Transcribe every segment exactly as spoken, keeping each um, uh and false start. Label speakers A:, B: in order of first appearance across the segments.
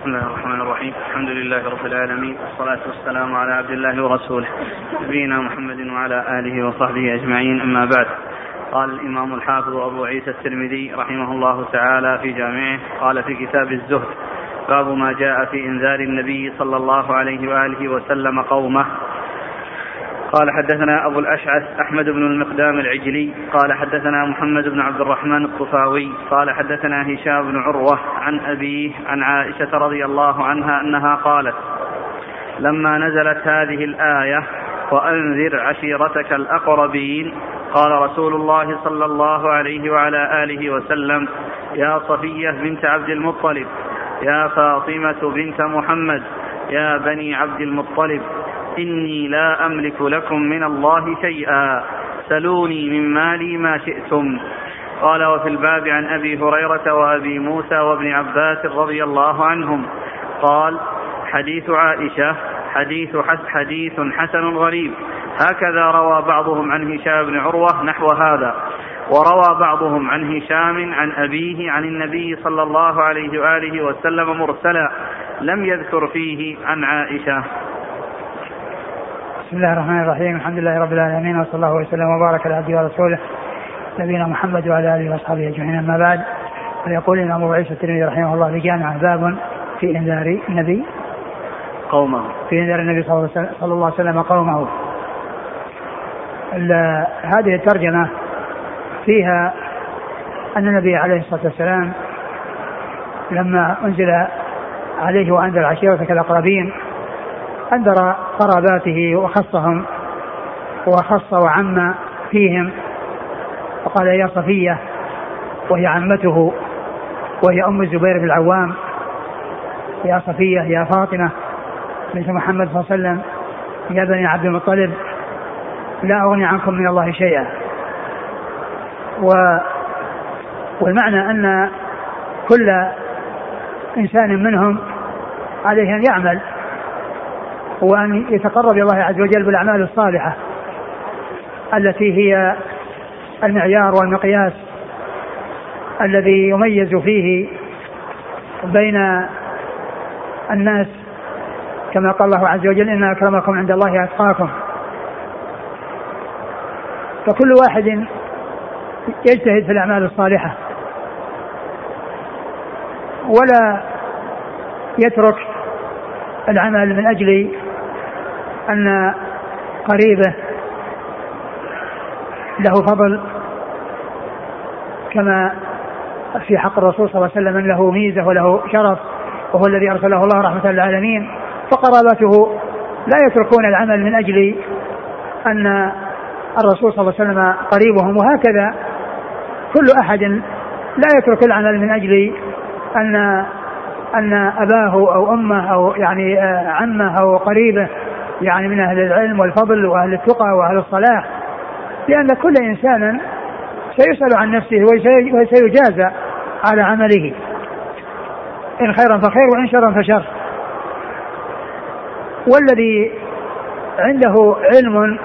A: بسم الله الرحمن الرحيم. الحمد لله رب العالمين، والصلاة والسلام على عبد الله ورسوله نبينا محمد وعلى آله وصحبه أجمعين، أما بعد. قال الإمام الحافظ أبو عيسى الترمذي رحمه الله تعالى في جامعه، قال في كتاب الزهد: باب ما جاء في إنذار النبي صلى الله عليه وآله وسلم قومه. قال حدثنا أبو الأشعث أحمد بن المقدام العجلي قال حدثنا محمد بن عبد الرحمن الطفاوي قال حدثنا هشام بن عروة عن أبيه عن عائشة رضي الله عنها أنها قالت: لما نزلت هذه الآية وأنذر عشيرتك الأقربين، قال رسول الله صلى الله عليه وعلى آله وسلم: يا صفية بنت عبد المطلب، يا فاطمة بنت محمد، يا بني عبد المطلب، إني لا أملك لكم من الله شيئا، سلوني من مالي ما شئتم. قال: وفي الباب عن أبي هريرة وأبي موسى وابن عباس رضي الله عنهم. قال: حديث عائشة حديث حديث حسن غريب، هكذا روى بعضهم عن هشام بن عروة نحو هذا، وروى بعضهم عن هشام عن أبيه عن النبي صلى الله عليه وآله وسلم مرسلا، لم يذكر فيه عن عائشة.
B: بسم الله الرحمن الرحيم. الحمد لله رب العالمين، وصلى الله وسلم وبارك على عبده ورسوله نبينا محمد وعلى آله وصحبه أجمعين، أما بعد. فيقول الإمام أبو عيسى الترمذي رحمه الله في جامع: باب في إنذار النبي
A: قومه
B: في إنذار النبي صلى الله عليه وسلم قومه. هذه الترجمة فيها أن النبي عليه الصلاة والسلام لما أنزل عليه وأنذر عشيرتك الأقربين أنذر قراباته وخصهم وخص وعم فيهم، وقال: يا صفية، وهي عمته وهي أم الزبير بن العوام، يا صفية، يا فاطمة بنت محمد صلى الله عليه وسلم، يا بني عبد المطلب، لا أغني عنكم من الله شيئا. و والمعنى أن كل إنسان منهم عليه أن يعمل وأن يتقرب إلى الله عز وجل بالأعمال الصالحة التي هي المعيار والمقياس الذي يميز فيه بين الناس، كما قال الله عز وجل: إن أكرمكم عند الله أتقاكم. فكل واحد يجتهد في الأعمال الصالحة ولا يترك العمل من أجل أن قريبه له فضل، كما في حق الرسول صلى الله عليه وسلم أن له ميزة وله شرف، وهو الذي أرسله الله رحمة للعالمين، فقرابته لا يتركون العمل من أجل أن الرسول صلى الله عليه وسلم قريبهم. وهكذا كل أحد لا يترك العمل من أجل أن أن أباه أو أمه أو يعني عمه أو قريبه يعني من أهل العلم والفضل وأهل التقى وأهل الصلاح، لأن كل إنسان سيسأل عن نفسه وسيجازى على عمله، إن خيرا فخير وإن شرا فشر. والذي عنده علم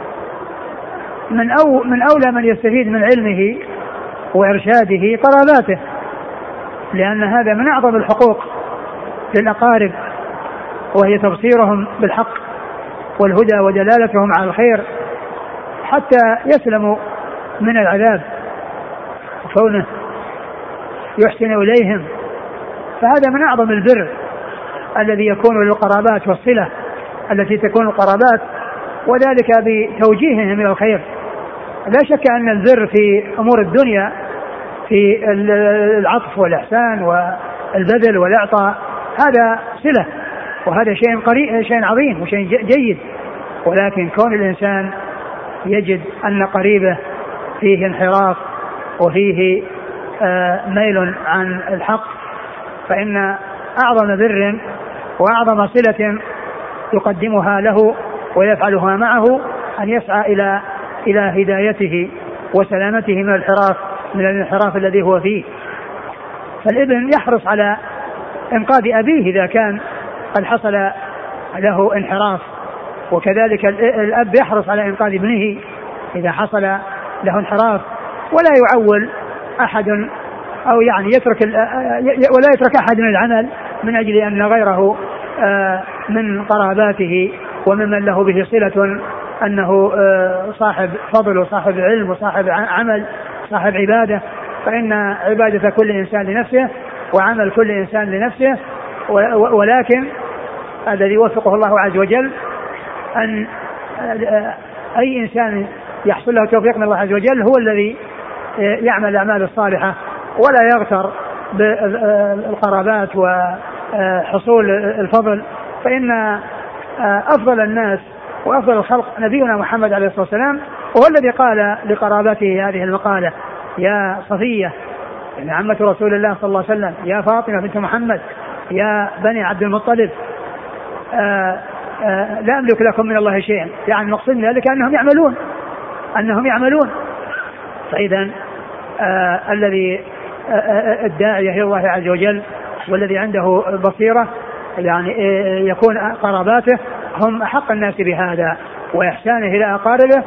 B: من أو من أولى من يستفيد من علمه وإرشاده قراباته، لأن هذا من أعظم الحقوق للأقارب، وهي تبصيرهم بالحق والهدى ودلالتهم على الخير حتى يسلموا من العذاب، وكونه يحسن إليهم، فهذا من أعظم البر الذي يكون للقرابات والصلة التي تكون القرابات، وذلك بتوجيههم إلى الخير. لا شك أن البر في أمور الدنيا في العطف والإحسان والبذل والإعطاء هذا صلة، وهذا شيء قريب، شيء عظيم وشيء جيد، ولكن كون الإنسان يجد أن قريبه فيه انحراف وفيه ميل عن الحق، فإن أعظم بر وأعظم صلة يقدمها له ويفعلها معه أن يسعى إلى إلى هدايته وسلامته من الانحراف من الانحراف الذي هو فيه. فالابن يحرص على إنقاذ أبيه إذا كان قد حصل له انحراف، وكذلك الأب يحرص على إنقاذ ابنه إذا حصل له انحراف، ولا يعول أحد أو يعني يترك ولا يترك أحد من العمل من أجل أن غيره من قراباته وممن له به صلة أنه صاحب فضل وصاحب علم وصاحب عمل صاحب عبادة، فإن عبادة كل إنسان لنفسه وعمل كل إنسان لنفسه. ولكن الذي يوفقه الله عز وجل أن أي إنسان يحصل له توفيق من الله عز وجل هو الذي يعمل الأعمال الصالحة ولا يغتر بالقرابات وحصول الفضل، فإن أفضل الناس وأفضل الخلق نبينا محمد عليه الصلاة والسلام، وهو الذي قال لقرابته هذه المقالة: يا صفية، يعني عمة رسول الله صلى الله عليه وسلم، يا فاطمة بنت محمد، يا بني عبد المطلب، آآ آآ لا أملك لكم من الله شيئا. يعني مقصود ذلك أنهم يعملون أنهم يعملون فإذا الذي الداعية إلى الله عز وجل والذي عنده بصيرة يعني يكون قراباته هم أحق الناس بهذا، وإحسانه إلى أقاربه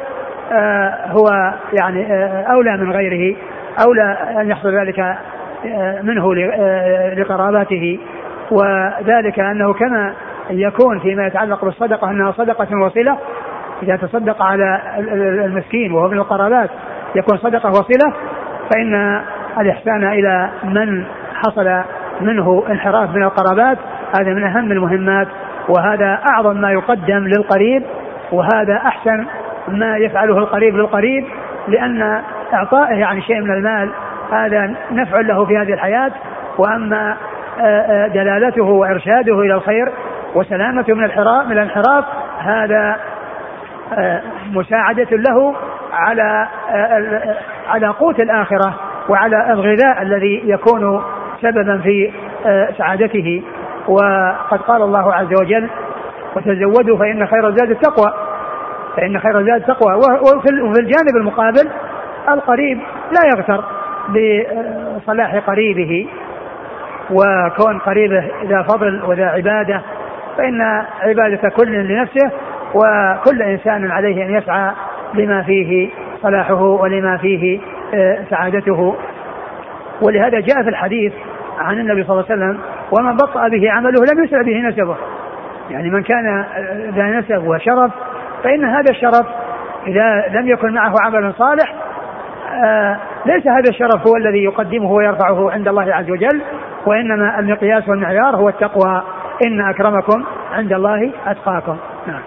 B: هو يعني أولى من غيره، أولى أن يحصل ذلك منه لقراباته. وذلك أنه كما يكون فيما يتعلق بالصدقة أنها صدقة وصلة، إذا تصدق على المسكين وهو من القرابات يكون صدقة وصلة، فإن الإحسان إلى من حصل منه انحراف من القرابات هذا من أهم المهمات، وهذا أعظم ما يقدم للقريب، وهذا أحسن ما يفعله القريب للقريب، لأن إعطائه يعني شيء من المال هذا نفع له في هذه الحياة، وأما دلالته وإرشاده إلى الخير وسلامته من الانحراف من الانحراف هذا مساعدة له على على قوت الآخرة وعلى الغذاء الذي يكون سببا في سعادته. وقد قال الله عز وجل: وتزودوا فإن خير الزاد التقوى، فإن خير الزاد التقوى. وفي الجانب المقابل القريب لا يغتر بصلاح قريبه وكون قريبه ذا فضل وذا عبادة، فإن عبادة كل لنفسه، وكل إنسان عليه أن يسعى لما فيه صلاحه ولما فيه سعادته. ولهذا جاء في الحديث عن النبي صلى الله عليه وسلم: ومن بطأ به عمله لم يسرع به نسبه. يعني من كان ذا نسب وشرف فإن هذا الشرف إذا لم يكن معه عمل صالح آه ليس هذا الشرف هو الذي يقدمه ويرفعه عند الله عز وجل، وإنما المقياس والمعيار هو التقوى: إن أكرمكم عند الله أتقاكم. نعم.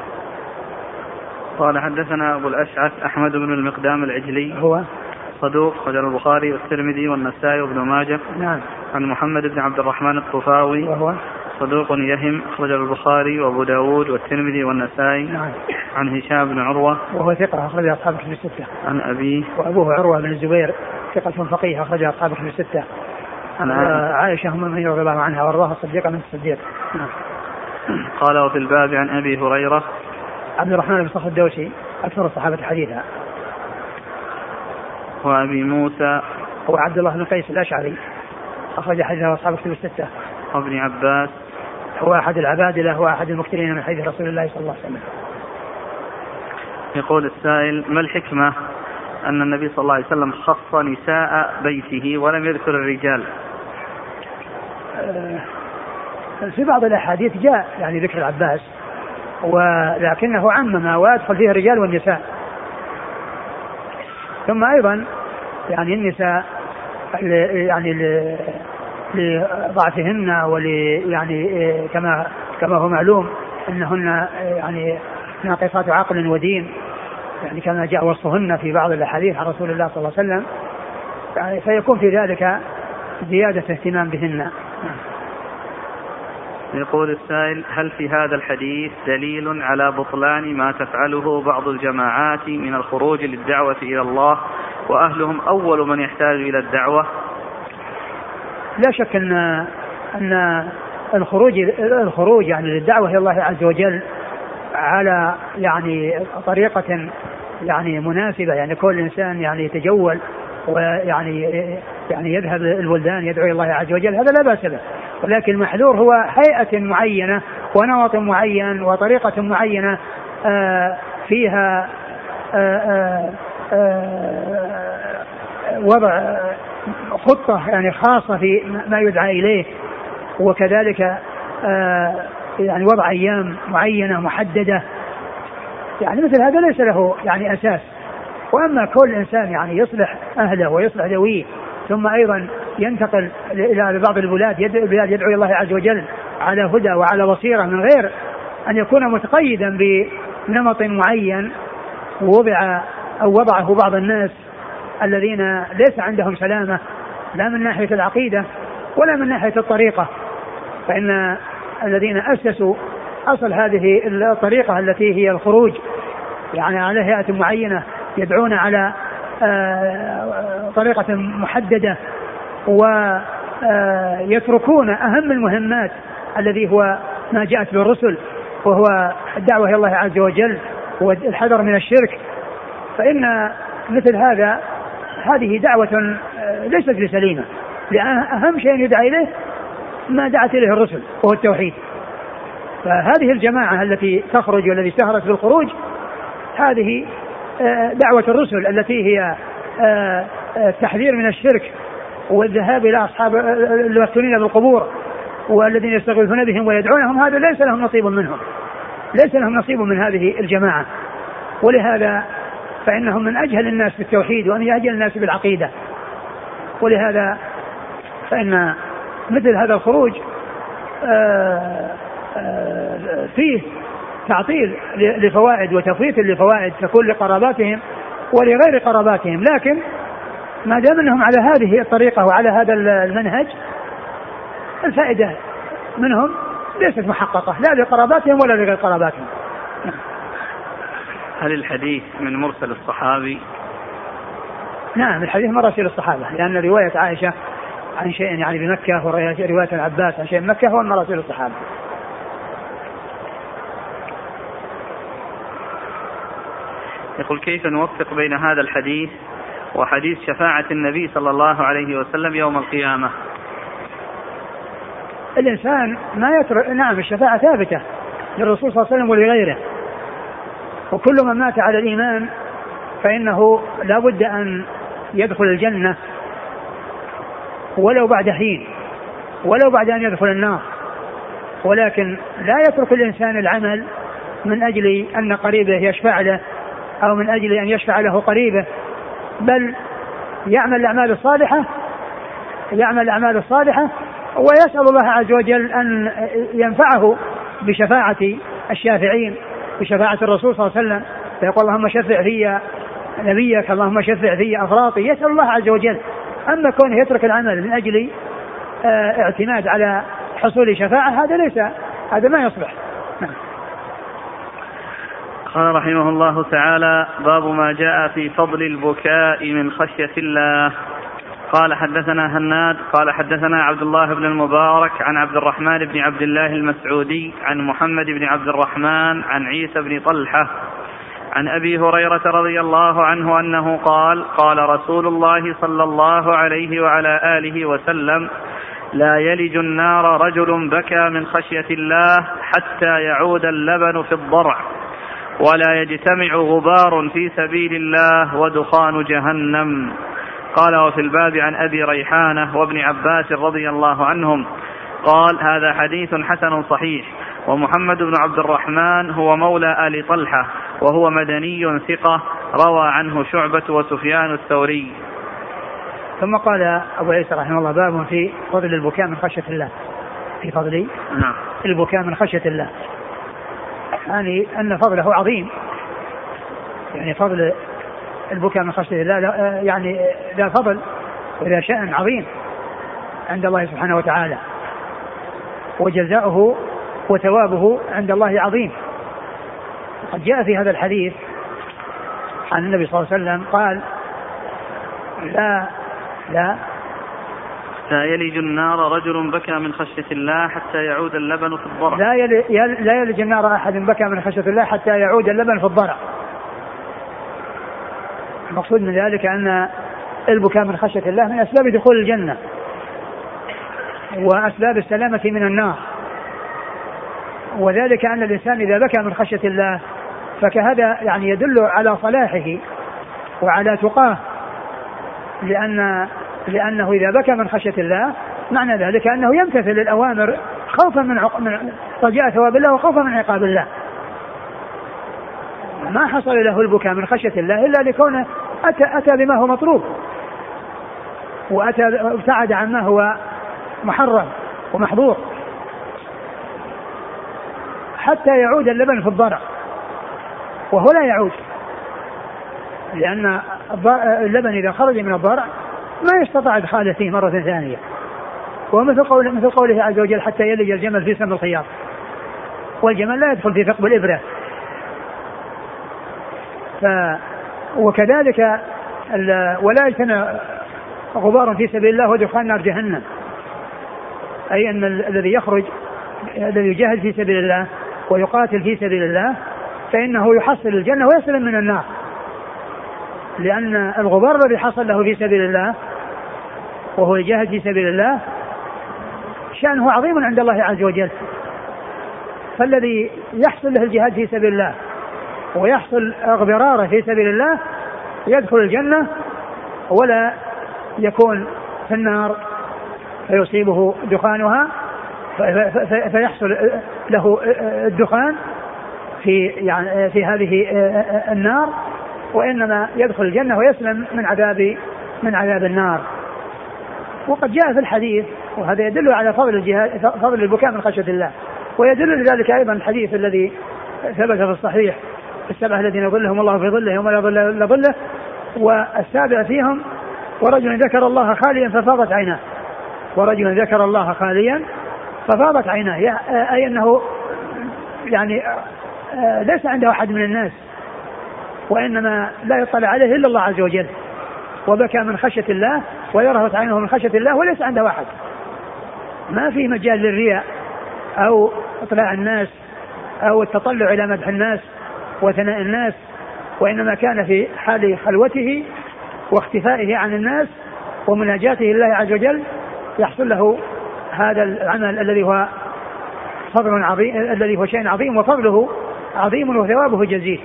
A: قال: حدثنا أبو الأشعث أحمد بن المقدام العجلي،
B: هو
A: صدوق، خرج البخاري والترمذي والنسائي وابن ماجه.
B: نعم.
A: عن محمد بن عبد الرحمن الطفاوي،
B: وهو
A: صدوق يهم، خرج البخاري وابو داود والترمذي والنسائي.
B: نعم.
A: عن هشام بن عروة،
B: وهو ثقة، أخرج أصحاب الكتب الستة.
A: عن أبيه،
B: وأبوه عروة بن الزبير ثقة فقيه، أخرج أصحاب الكتب الستة. عن عائشة أم المؤمنين رضي الله عنها وارضاها الصديقة من الصديق. نعم.
A: قال: وفي الباب عن أبي هريرة
B: عبد الرحمن بن صخر الدوسي أكثر الصحابة حديثا.
A: وأبي موسى
B: هو عبد الله بن قيس الأشعري، أخرج حديثه أصحاب الكتب الستة.
A: وابن عباس
B: هو أحد العبادلة، هو أحد المكثرين من حديث رسول الله صلى الله عليه وسلم.
A: يقول السائل: ما الحكمة أن النبي صلى الله عليه وسلم خص نساء بيته ولم يذكر الرجال؟
B: في بعض الأحاديث جاء يعني ذكر العباس، ولكنه عمم وأدخل فيه الرجال والنساء. ثم أيضا يعني النساء يعني لضعفهن ول يعني كما كما هو معلوم أنهن يعني ناقصات عقل ودين، يعني كما جاء وصفهن في بعض الأحاديث عن رسول الله صلى الله عليه وسلم، يعني فيكون في ذلك زيادة اهتمام بهن.
A: يقول السائل: هل في هذا الحديث دليل على بطلان ما تفعله بعض الجماعات من الخروج للدعوة إلى الله وأهلهم أول من يحتاج إلى الدعوة؟
B: لا شك أن أن الخروج الخروج يعني للدعوة إلى الله عز وجل على يعني طريقة يعني مناسبة، يعني كل إنسان يعني يتجول ويعني يعني يذهب البلدان يدعو إلى الله عز وجل، هذا لا بأس به، ولكن المحذور هو هيئة معينة ونمط معين وطريقة معينة فيها وضع خطة يعني خاصة في ما يدعى إليه، وكذلك آه يعني وضع أيام معينة محددة، يعني مثل هذا ليس له يعني أساس. وأما كل إنسان يعني يصلح أهله ويصلح ذويه ثم أيضا ينتقل إلى بعض البلاد البلاد يدعو الله عز وجل على هدى وعلى بصيرة من غير أن يكون متقيدا بنمط معين ووضع أو وضعه بعض الناس الذين ليس عندهم سلامة لا من ناحية العقيدة ولا من ناحية الطريقة. فإن الذين أسسوا أصل هذه الطريقة التي هي الخروج يعني على هيئة معينة يدعون على طريقة محددة ويتركون أهم المهمات الذي هو ما جاءت بالرسل وهو الدعوة إلى الله عز وجل والحذر من الشرك. فإن مثل هذا هذه دعوة ليست بسليمة، لأن أهم شيء يدعى إليه ما دعت إليه الرسل وهو التوحيد. فهذه الجماعة التي تخرج والتي اشتهرت بالخروج هذه دعوة الرسل التي هي التحذير من الشرك والذهاب إلى أصحاب المفتونين بالقبور والذين يستغيثون بهم ويدعونهم، هذا ليس لهم نصيب منهم، ليس لهم نصيب من هذه الجماعة. ولهذا فإنهم من أجهل الناس بالتوحيد ومن أجهل الناس بالعقيدة. ولهذا فإن مثل هذا الخروج فيه تعطيل لفوائد وتفويت لفوائد تكون لقراباتهم ولغير قراباتهم، لكن ما دام أنهم على هذه الطريقة وعلى هذا المنهج الفائدة منهم ليست محققة لا لقراباتهم ولا لغير قراباتهم.
A: هل الحديث من مرسل الصحابي؟
B: نعم الحديث من مرسل الصحابة، لأن رواية عائشة عن شيء يعني بمكة ورواية العباس عن شيء بمكة هو من مرسل الصحابة.
A: يقول كيف نوفق بين هذا الحديث وحديث شفاعة النبي صلى الله عليه وسلم يوم القيامة؟
B: الإنسان ما يترك، نعم الشفاعة ثابتة للرسول صلى الله عليه وسلم ولغيره، وكل من مات على الإيمان فإنه لا بد أن يدخل الجنة ولو بعد حين ولو بعد أن يدخل النار، ولكن لا يترك الإنسان العمل من أجل أن قريبه يشفع له أو من أجل أن يشفع له قريبه، بل يعمل الأعمال الصالحة يعمل الأعمال الصالحة ويسأل الله عز وجل أن ينفعه بشفاعة الشافعين بشفاعة الرسول صلى الله عليه وسلم، فيقول اللهم شفع في نبيك اللهم شفع في أفراطي، يسأل الله عز وجل. أما كونه يترك العمل من أجل اعتماد على حصول شفاعة هذا ليس هذا ما يصلح.
A: قال رحمه الله تعالى: باب ما جاء في فضل البكاء من خشية الله. قال حدثنا هناد قال حدثنا عبد الله بن المبارك عن عبد الرحمن بن عبد الله المسعودي عن محمد بن عبد الرحمن عن عيسى بن طلحة عن أبي هريرة رضي الله عنه أنه قال: قال رسول الله صلى الله عليه وعلى آله وسلم: لا يلج النار رجل بكى من خشية الله حتى يعود اللبن في الضرع، ولا يجتمع غبار في سبيل الله ودخان جهنم. قال: وفي الباب عن أبي ريحانة وابن عباس رضي الله عنهم. قال: هذا حديث حسن صحيح. ومحمد بن عبد الرحمن هو مولى آل طلحة وهو مدني ثقة، روى عنه شعبة وسفيان الثوري.
B: ثم قال أبو عيسى رحمه الله: باب في فضل البكاء من خشية الله. في فضل
A: نعم.
B: البكاء من خشية الله، يعني أن فضله عظيم، يعني فضل البكاء من خشية الله يعني لا فضل ولا شأن عظيم عند الله سبحانه وتعالى، وجزاؤه وثوابه عند الله عظيم. قد جاء في هذا الحديث عن النبي صلى الله عليه وسلم قال: لا لا
A: لا يلج النار رجل بكى من خشية الله حتى يعود اللبن في الضرع.
B: لا يلج, لا يلج النار أحد بكى من خشية الله حتى يعود اللبن في الضرع. المقصود من ذلك أن البكاء من خشية الله من أسباب دخول الجنة وأسباب السلامة من النار، وذلك أن الإنسان إذا بكى من خشية الله فكهذا يعني يدل على صلاحه وعلى تقاه، لأن لأنه إذا بكى من خشية الله معنى ذلك أنه يمتثل الأوامر خوفا من, عق... من رجاء ثواب الله وخوفا من عقاب الله. ما حصل له البكاء من خشية الله إلا لكونه أتى, أتى بما هو مطلوب، وأتى ابتعد عن ما هو محرم ومحظور، حتى يعود اللبن في الضرع، وهو لا يعود، لأن اللبن إذا خرج من الضرع ما يستطيع إدخاله فيه مرة ثانية. ومثل قوله, مثل قوله عز وجل حتى يلج الجمل في سم الخياط، والجمل لا يدخل في ثقب الإبرة. ف وكذلك ولا يجتنى غبار في سبيل الله ودخان نار جهنم، أي أن الذي يخرج الذي يجاهد في سبيل الله ويقاتل في سبيل الله فإنه يحصل الجنة ويسلم من النار، لأن الغبار الذي حصل له في سبيل الله وهو يجاهد في سبيل الله شأنه عظيم عند الله عز وجل. فالذي يحصل له الجهاد في سبيل الله ويحصل اغبراره في سبيل الله يدخل الجنة ولا يكون في النار فيصيبه دخانها فيحصل له الدخان في يعني في هذه النار، وإنما يدخل الجنة ويسلم من عذاب من عذاب النار. وقد جاء في الحديث، وهذا يدل على فضل الجهاد فضل البكاء من خشية الله، ويدل لذلك أيضا الحديث الذي ثبت في الصحيح السبعة الذين يظلهم الله في ظله يوم لا ظل إلا ظله، والسابع فيهم ورجل ذكر الله خاليا ففاضت عيناه، ورجل ذكر الله خاليا ففاضت عيناه، أي أنه يعني ليس عنده أحد من الناس، وإنما لا يطلع عليه إلا الله عز وجل، وبكى من خشية الله ويرهط عينه من خشية الله وليس عنده أحد. ما في مجال للرياء أو إطلاع الناس أو التطلع إلى مدح الناس وثناء الناس، وإنما كان في حال خلوته واختفائه عن الناس ومناجاته لله عز وجل يحصل له هذا العمل الذي هو فضل عظيم، الذي هو شيء عظيم وفضله عظيم وثوابه جزيل.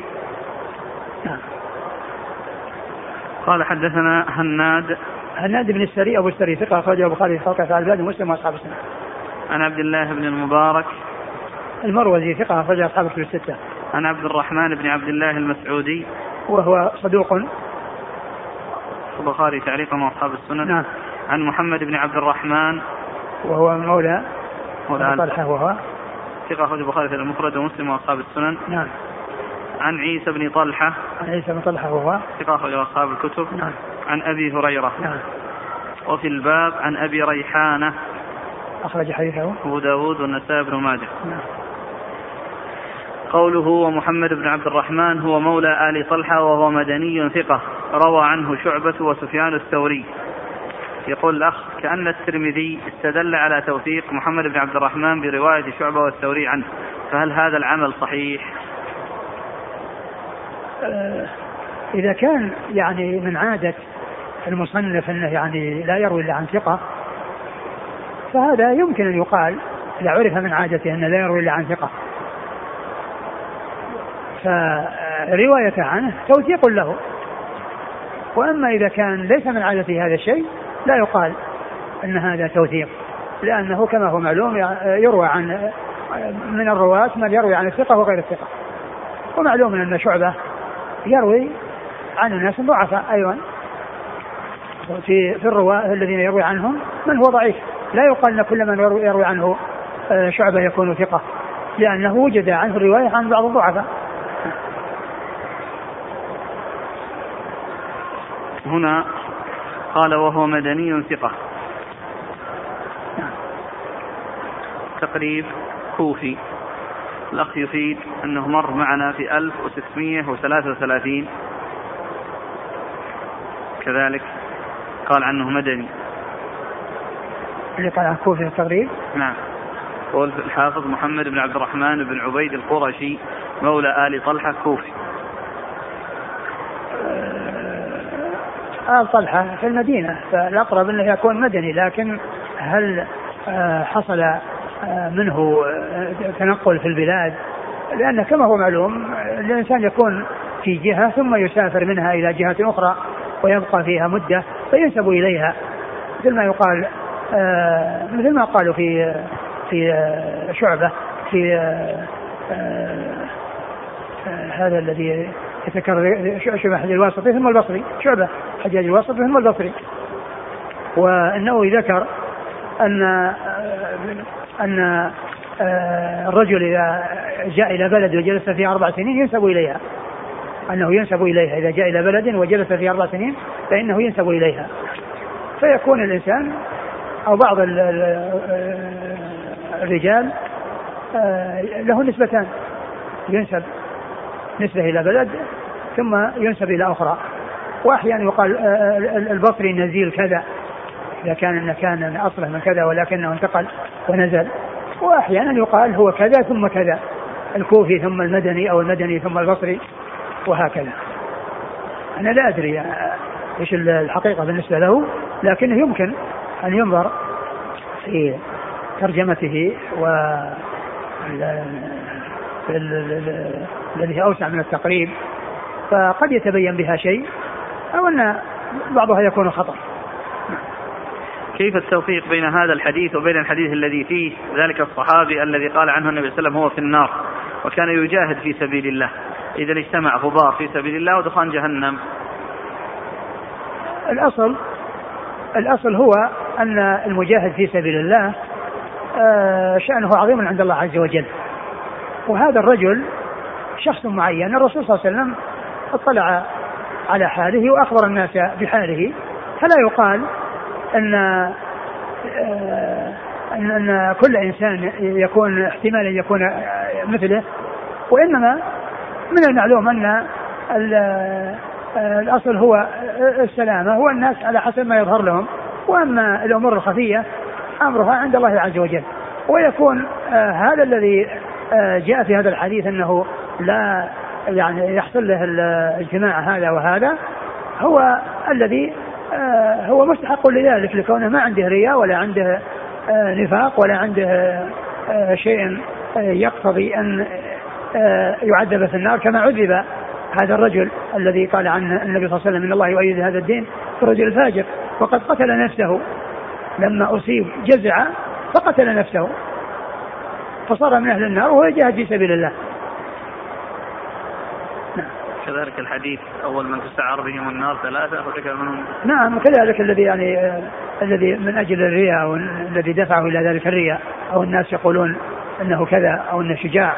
A: قال حدثنا هناد
B: هناد بن السري أبو السري ثقة أخرجه البخاري في خلق أفعال العباد ومسلم وأصحاب السنة.
A: عن عبد الله بن المبارك
B: المروزي ثقة أخرجه أصحاب الكتب الستة.
A: عن عبد الرحمن بن عبد الله المسعودي
B: وهو صدوق
A: البخاري تعليقا وأصحاب السنن.
B: نعم.
A: عن محمد بن عبد الرحمن
B: وهو مولى طلحة وهو
A: ثقة أخرجه البخاري في المفرد ومسلم وأصحاب السنن.
B: نعم.
A: عن عيسى بن طلحة
B: عن عيسى بن طلحة وهو
A: ثقة أخرجه أصحاب الكتب.
B: نعم.
A: عن أبي هريرة.
B: نعم.
A: وفي الباب عن أبي ريحانة
B: أخرج حديثه
A: أبو داود والنسائي بن ماجه.
B: نعم.
A: قوله ومحمد بن عبد الرحمن هو مولى آل طلحة وهو مدني ثقة روى عنه شعبة وسفيان الثوري. يقول الأخ كأن الترمذي استدل على توثيق محمد بن عبد الرحمن برواية شعبة والثوري عنه، فهل هذا العمل صحيح؟
B: إذا كان يعني من عادة المصنف أنه يعني لا يروي إلا عن ثقة فهذا يمكن أن يقال إذا عرف من عادته أنه لا يروي إلا عن ثقة، فرواية عنه توثيق له. وأما إذا كان ليس من عادته هذا الشيء لا يقال أن هذا توثيق، لأنه كما هو معلوم يروى عن من الرواة من يروي عن الثقة وغير الثقة، ومعلوم أن شعبة يروي عن الناس ضعفاء أيضا، في في الرواة الذين يروي عنهم من هو ضعيف، لا يقال أن كل من يروي عنه شعبة يكون ثقة، لأنه وجد عنه الرواية عن بعض الضعفاء.
A: هنا قال وهو مدني ثقة، تقريب كوفي. الأخ يفيد أنه مر معنا في ألف وستمائة وثلاثة وثلاثين كذلك قال عنه مدني.
B: اللي قال عن كوفي التقريب.
A: نعم. قول الحافظ محمد بن عبد الرحمن بن عبيد القرشي مولى آل طلحة كوفي.
B: آل طلحة في المدينة فالأقرب أنه يكون مدني، لكن هل حصل منه تنقل في البلاد؟ لأن كما هو معلوم الإنسان يكون في جهة ثم يسافر منها إلى جهة أخرى ويبقى فيها مدة فينسب إليها، مثل ما يقال آه مثل ما قالوا في في آه شعبة في آه آه هذا الذي يتكرر شعبة حجاج الواسطي ثم البصري، شعبة حجاج الواسطي ثم البصري. والنووي ذكر أن أن الرجل إذا جاء إلى بلد وجلس فيه أربع سنين ينسب إليها، أنه ينسب إليها، إذا جاء إلى بلد وجلس فيه أربع سنين فإنه ينسب إليها، فيكون الإنسان أو بعض الرجال له نسبتان، ينسب نسبة إلى بلد ثم ينسب إلى أخرى. وأحيانا يقال البصري نزيل كذا إذا كان كان أصله من كذا ولكنه انتقل ونزل، وأحيانا يقال هو كذا ثم كذا، الكوفي ثم المدني أو المدني ثم البصري وهكذا. أنا لا أدري إيش الحقيقة بالنسبة له، لكنه يمكن أن ينظر في ترجمته و الذي أوسع من التقريب، فقد يتبين بها شيء أو أن بعضها يكون خطأ.
A: كيف التوفيق بين هذا الحديث وبين الحديث الذي فيه ذلك الصحابي الذي قال عنه النبي صلى الله عليه وسلم هو في النار وكان يجاهد في سبيل الله، إذا اجتمع غبار في سبيل الله ودخان جهنم؟
B: الأصل الأصل هو أن المجاهد في سبيل الله شأنه عظيم عند الله عز وجل، وهذا الرجل شخص معين الرسول صلى الله عليه وسلم اطلع على حاله وأخبر الناس بحاله، فلا يقال أن أن, أن كل إنسان يكون احتمال يكون مثله، وإنما من المعلوم أن الأصل هو السلامة، هو الناس على حسب ما يظهر لهم، وأما الأمور الخفية أمرها عند الله عز وجل. ويكون هذا الذي جاء في هذا الحديث أنه لا يعني يحصل له الاجتماع هذا وهذا هو الذي هو مستحق لذلك، لكونه ما عنده رياء ولا عنده نفاق ولا عنده شيء يقتضي أن يعذب في النار كما عذب هذا الرجل الذي قال عنه النبي صلى الله عليه وسلم إن الله يؤيد هذا الدين الرجل الفاجر، وقد قتل نفسه لما أصيب جزع فقتل نفسه فصار من أهل النار وهو يجاهد في سبيل الله.
A: كذلك الحديث أول من تسعر بهم النار ثلاثة وذكر منهم.
B: نعم كذلك الذي يعني آه الذي من أجل الرياء أو الذي دفعه إلى ذلك الرياء، أو الناس يقولون أنه كذا أو أنه شجاع.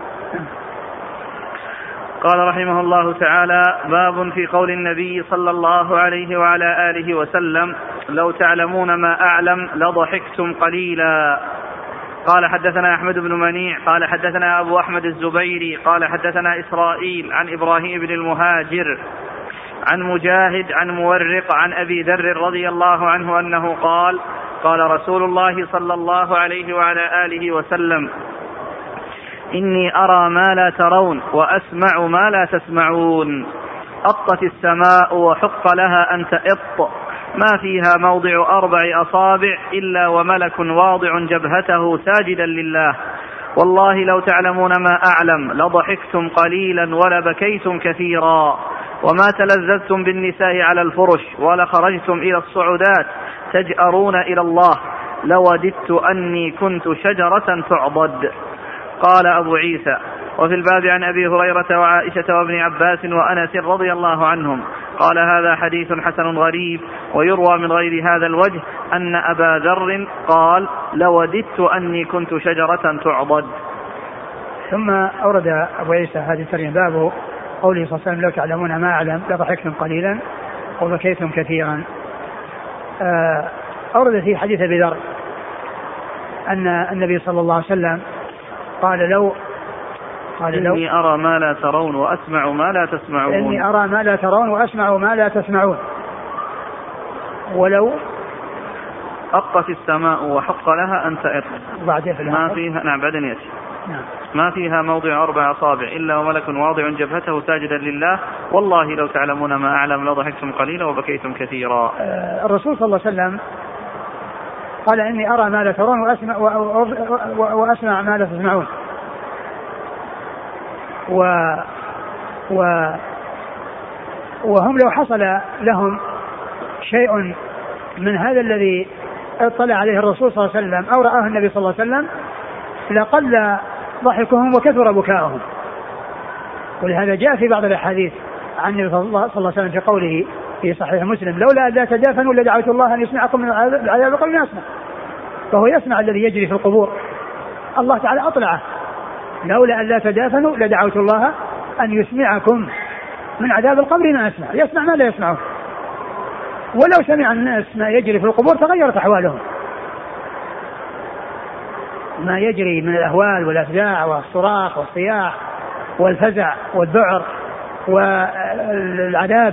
A: قال رحمه الله تعالى: باب في قول النبي صلى الله عليه وعلى آله وسلم: لو تعلمون ما أعلم لضحكتم قليلا. قال حدثنا أحمد بن منيع قال حدثنا أبو أحمد الزبيري قال حدثنا إسرائيل عن إبراهيم بن المهاجر عن مجاهد عن مورق عن أبي ذر رضي الله عنه أنه قال: قال رسول الله صلى الله عليه وعلى آله وسلم: إني أرى ما لا ترون وأسمع ما لا تسمعون. أطت السماء وحق لها أن تئط، ما فيها موضع أربع أصابع إلا وملك واضع جبهته ساجدا لله. والله لو تعلمون ما أعلم لضحكتم قليلا ولبكيتم كثيرا، وما تلذذتم بالنساء على الفرش ولخرجتم إلى الصعودات تجأرون إلى الله، لوددت أني كنت شجرة تعضد. قال أبو عيسى: وفي الباب عن أبي هريرة وعائشة وابن عباس وأنس رضي الله عنهم. قال: هذا حديث حسن غريب. ويروى من غير هذا الوجه أن أبا ذر قال: لوددت أني كنت شجرة تعضد.
B: ثم أورد أبو عيسى هذه الترجمة باب قوله صلى الله عليه وسلم: لو تعلمون ما أعلم لضحكتم قليلا وبكيتم كثيرا. أورد في حديث أبي ذر أن النبي صلى الله عليه وسلم قال: لو قال لو
A: إني أرى ما لا ترون وأسمع ما لا تسمعون.
B: إني أرى ما لا ترون وأسمع ما لا تسمعون. ولو
A: أطت السماء وحق لها أن تئط، ما فيها نعم بعدين يأتي
B: نعم.
A: ما فيها موضع أربع أصابع إلا وملك واضع جبهته ساجدا لله. والله لو تعلمون ما أعلم لضحكتم قليلا وبكيتم كثيرا.
B: آه الرسول صلى الله عليه وسلم قال: إني أرى ما لا ترون وأسمع, وأسمع ما لا تسمعون. و و وهم لو حصل لهم شيء من هذا الذي اطلع عليه الرسول صلى الله عليه وسلم أو رآه النبي صلى الله عليه وسلم لقل ضحكهم وكثر بكاؤهم. ولهذا جاء في بعض الأحاديث عن النبي صلى الله عليه وسلم في قوله في صحيح مسلم لولا أن لا تدافنوا لدعوت الله أن يسمعكم من العذاب قبل أن يسمع. فهو يسمع الذي يجري في القبور. الله تعالى أطلعه لولا أن لا تدافنوا لدعوت الله أن يسمعكم من عذاب القبر ما أسمع. يسمع ما لا يسمعه. ولو سمع الناس ما يجري في القبور تغيرت أحوالهم. ما يجري من الأهوال والأفزاع والصراخ والصياح والفزع والذعر والعذاب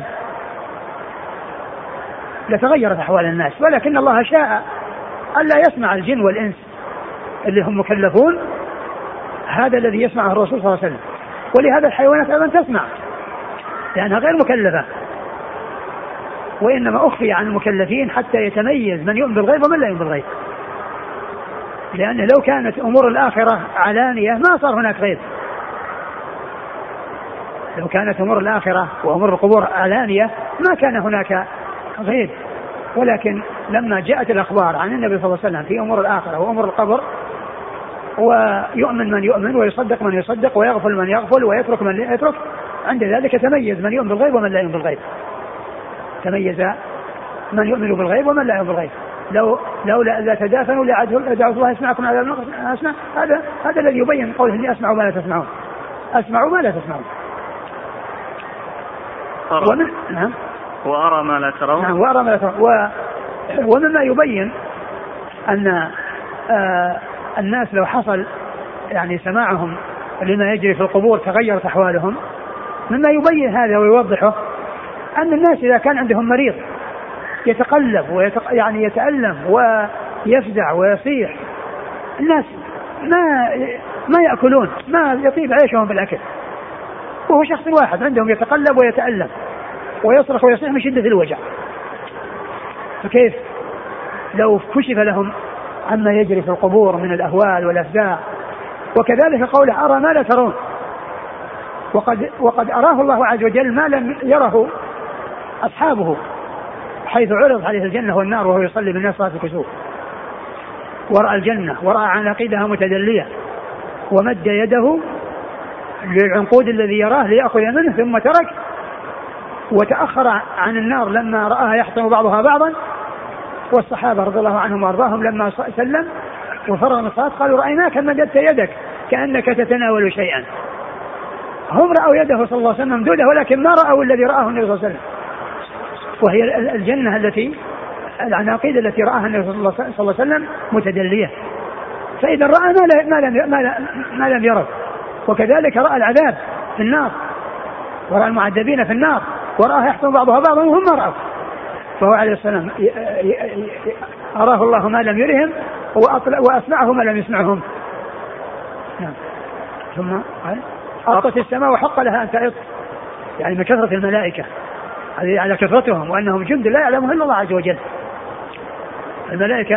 B: لتغيرت أحوال الناس. ولكن الله شاء ألا يسمع الجن والإنس اللي هم مكلفون هذا الذي يسمعه الرسول صلى الله عليه وسلم. ولهذا الحيوانات أيضا تسمع لأنها غير مكلفة، وإنما أخفي عن المكلفين حتى يتميز من يؤمن بالغيب ومن لا يؤمن بالغيب. لأن لو كانت أمور الآخرة علانية ما صار هناك غيب. لو كانت أمور الآخرة وأمور القبور علانية ما كان هناك غيب. ولكن لما جاءت الأخبار عن النبي صلى الله عليه وسلم في أمور الآخرة وأمور القبر ويؤمن من يؤمن ويصدق من يصدق ويغفل من يغفل ويترك من لا يترك، عند ذلك تميز من يؤمن بالغيب ومن لا يؤمن بالغيب. تميز من يؤمن بالغيب ومن لا يؤمن بالغيب. لو لولا لا تدافنوا لدعوت الله يسمعكم على أسمع. هذا هذا الذي يبين قوله إني أسمع ما لا تسمعون. أسمع ما لا تسمعون.
A: ومن نعم وأرى ما لا ترون.
B: نعم وأرى ما لا ترون. و... ومما يبين أن آه الناس لو حصل يعني سماعهم لما يجري في القبور تغيرت أحوالهم. مما يبين هذا ويوضحه أن الناس إذا كان عندهم مريض يتقلب ويتق... يعني يتألم ويفزع ويصيح، الناس ما ما يأكلون، ما يطيب عيشهم بالأكل، وهو شخص واحد عندهم يتقلب ويتألم ويصرخ ويصيح من شدة الوجع. فكيف لو كشف لهم عما يجري في القبور من الأهوال والأفزاع؟ وكذلك قوله أرى ما لا ترون، وقد, وقد أراه الله عز وجل ما لم يره أصحابه، حيث عرض عليه الجنة والنار وهو يصلي بالناس صلاة الكسوف، ورأى الجنة ورأى عناقيدها متدلية ومد يده للعنقود الذي يراه ليأخذ منه ثم ترك وتأخر عن النار لما رآها يحطم بعضها بعضا. والصحابة رضي الله عنهم وارضاهم لما سلم وفرغ من الصلاة قالوا رأيناك مددت يدك كأنك تتناول شيئا. هم رأوا يده صلى الله عليه وسلم ممدودة ولكن ما رأوا الذي رآه النبي صلى الله عليه وسلم، وهي الجنة التي العناقيد التي رآها النبي صلى الله عليه وسلم متدلية. فإذا رأى ما لم ما لم يروا. وكذلك رأى العذاب في النار ورأى المعذبين في النار ورآها يحطم بعضها بعضا وهم ما رأوا. فهو عليه السلام أراه الله ما لم يرهم وأسمعه ما لم يسمعهم. ثم قال أطت السماء وحق لها أن تعط، يعني من كثرة الملائكة هذه على كثرتهم وأنهم جند لا يعلمه إلا الله عز وجل. الملائكة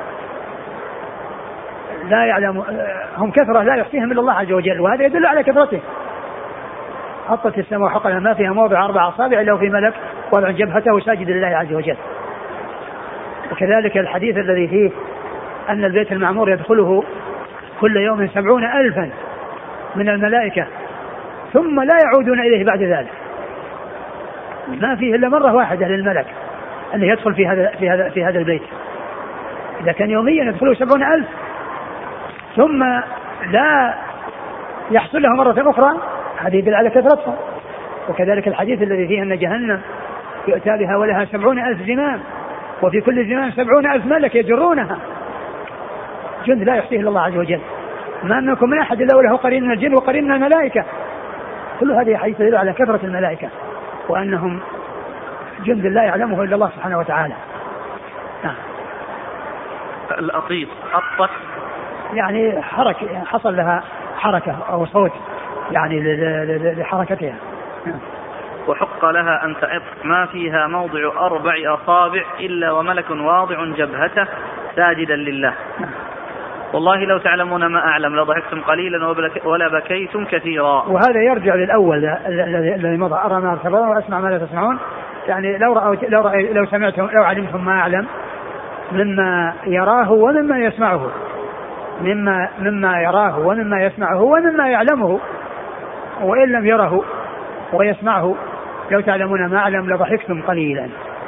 B: لا يعلم هم كثرة لا يحصيهم إلا الله عز وجل، وهذا يدل على كثرته. أطت السماء وحق لها ما فيها موضع أربع أصابع إلا في ملك وضع جبهته ساجد لله عز وجل. وكذلك الحديث الذي فيه أن البيت المعمور يدخله كل يوم سبعون ألفا من الملائكة ثم لا يعودون إليه بعد ذلك. ما فيه إلا مرة واحدة للملك أنه يدخل في هذا في هذا في هذا البيت. إذا كان يوميا يدخله سبعون ألف ثم لا يحصل له مرة أخرى، هذه يدل على كثرتهم. وكذلك الحديث الذي فيه أن جهنم يؤتى بها ولها سبعون ألف زمام وفي كل زمام سبعون ألف ملك يجرونها، جند لا يحصيه إلا الله عز وجل. ما منكم من أحد إلا وله قرين من الجن وقرين من الملائكة. كل هذه حديث يدل على كثرة الملائكة وأنهم جند لا يعلمه إلا الله سبحانه وتعالى. نعم.
A: الأطيط أطت
B: يعني حركة، حصل لها حركة أو صوت يعني لحركتها. نعم.
A: وحق لها أن تعط ما فيها موضع أربع أصابع إلا وملك واضع جبهته ساجدا لله. نعم. والله لو تعلمون ما أعلم لضحكتم قليلا ولا بكيتم كثيرا.
B: وهذا يرجع للأول الذي مضى أرى ما ترون وأسمع ما لا تسمعون. يعني لو رأوا لو رأي لو سمعتم لو علمتم ما أعلم مما يراه ومما يسمعه، مما مما يراه ومما يسمعه ومما يعلمه، وإن لم يره ويسمعه لو تعلمون ما أعلم لضحكتم قليلا.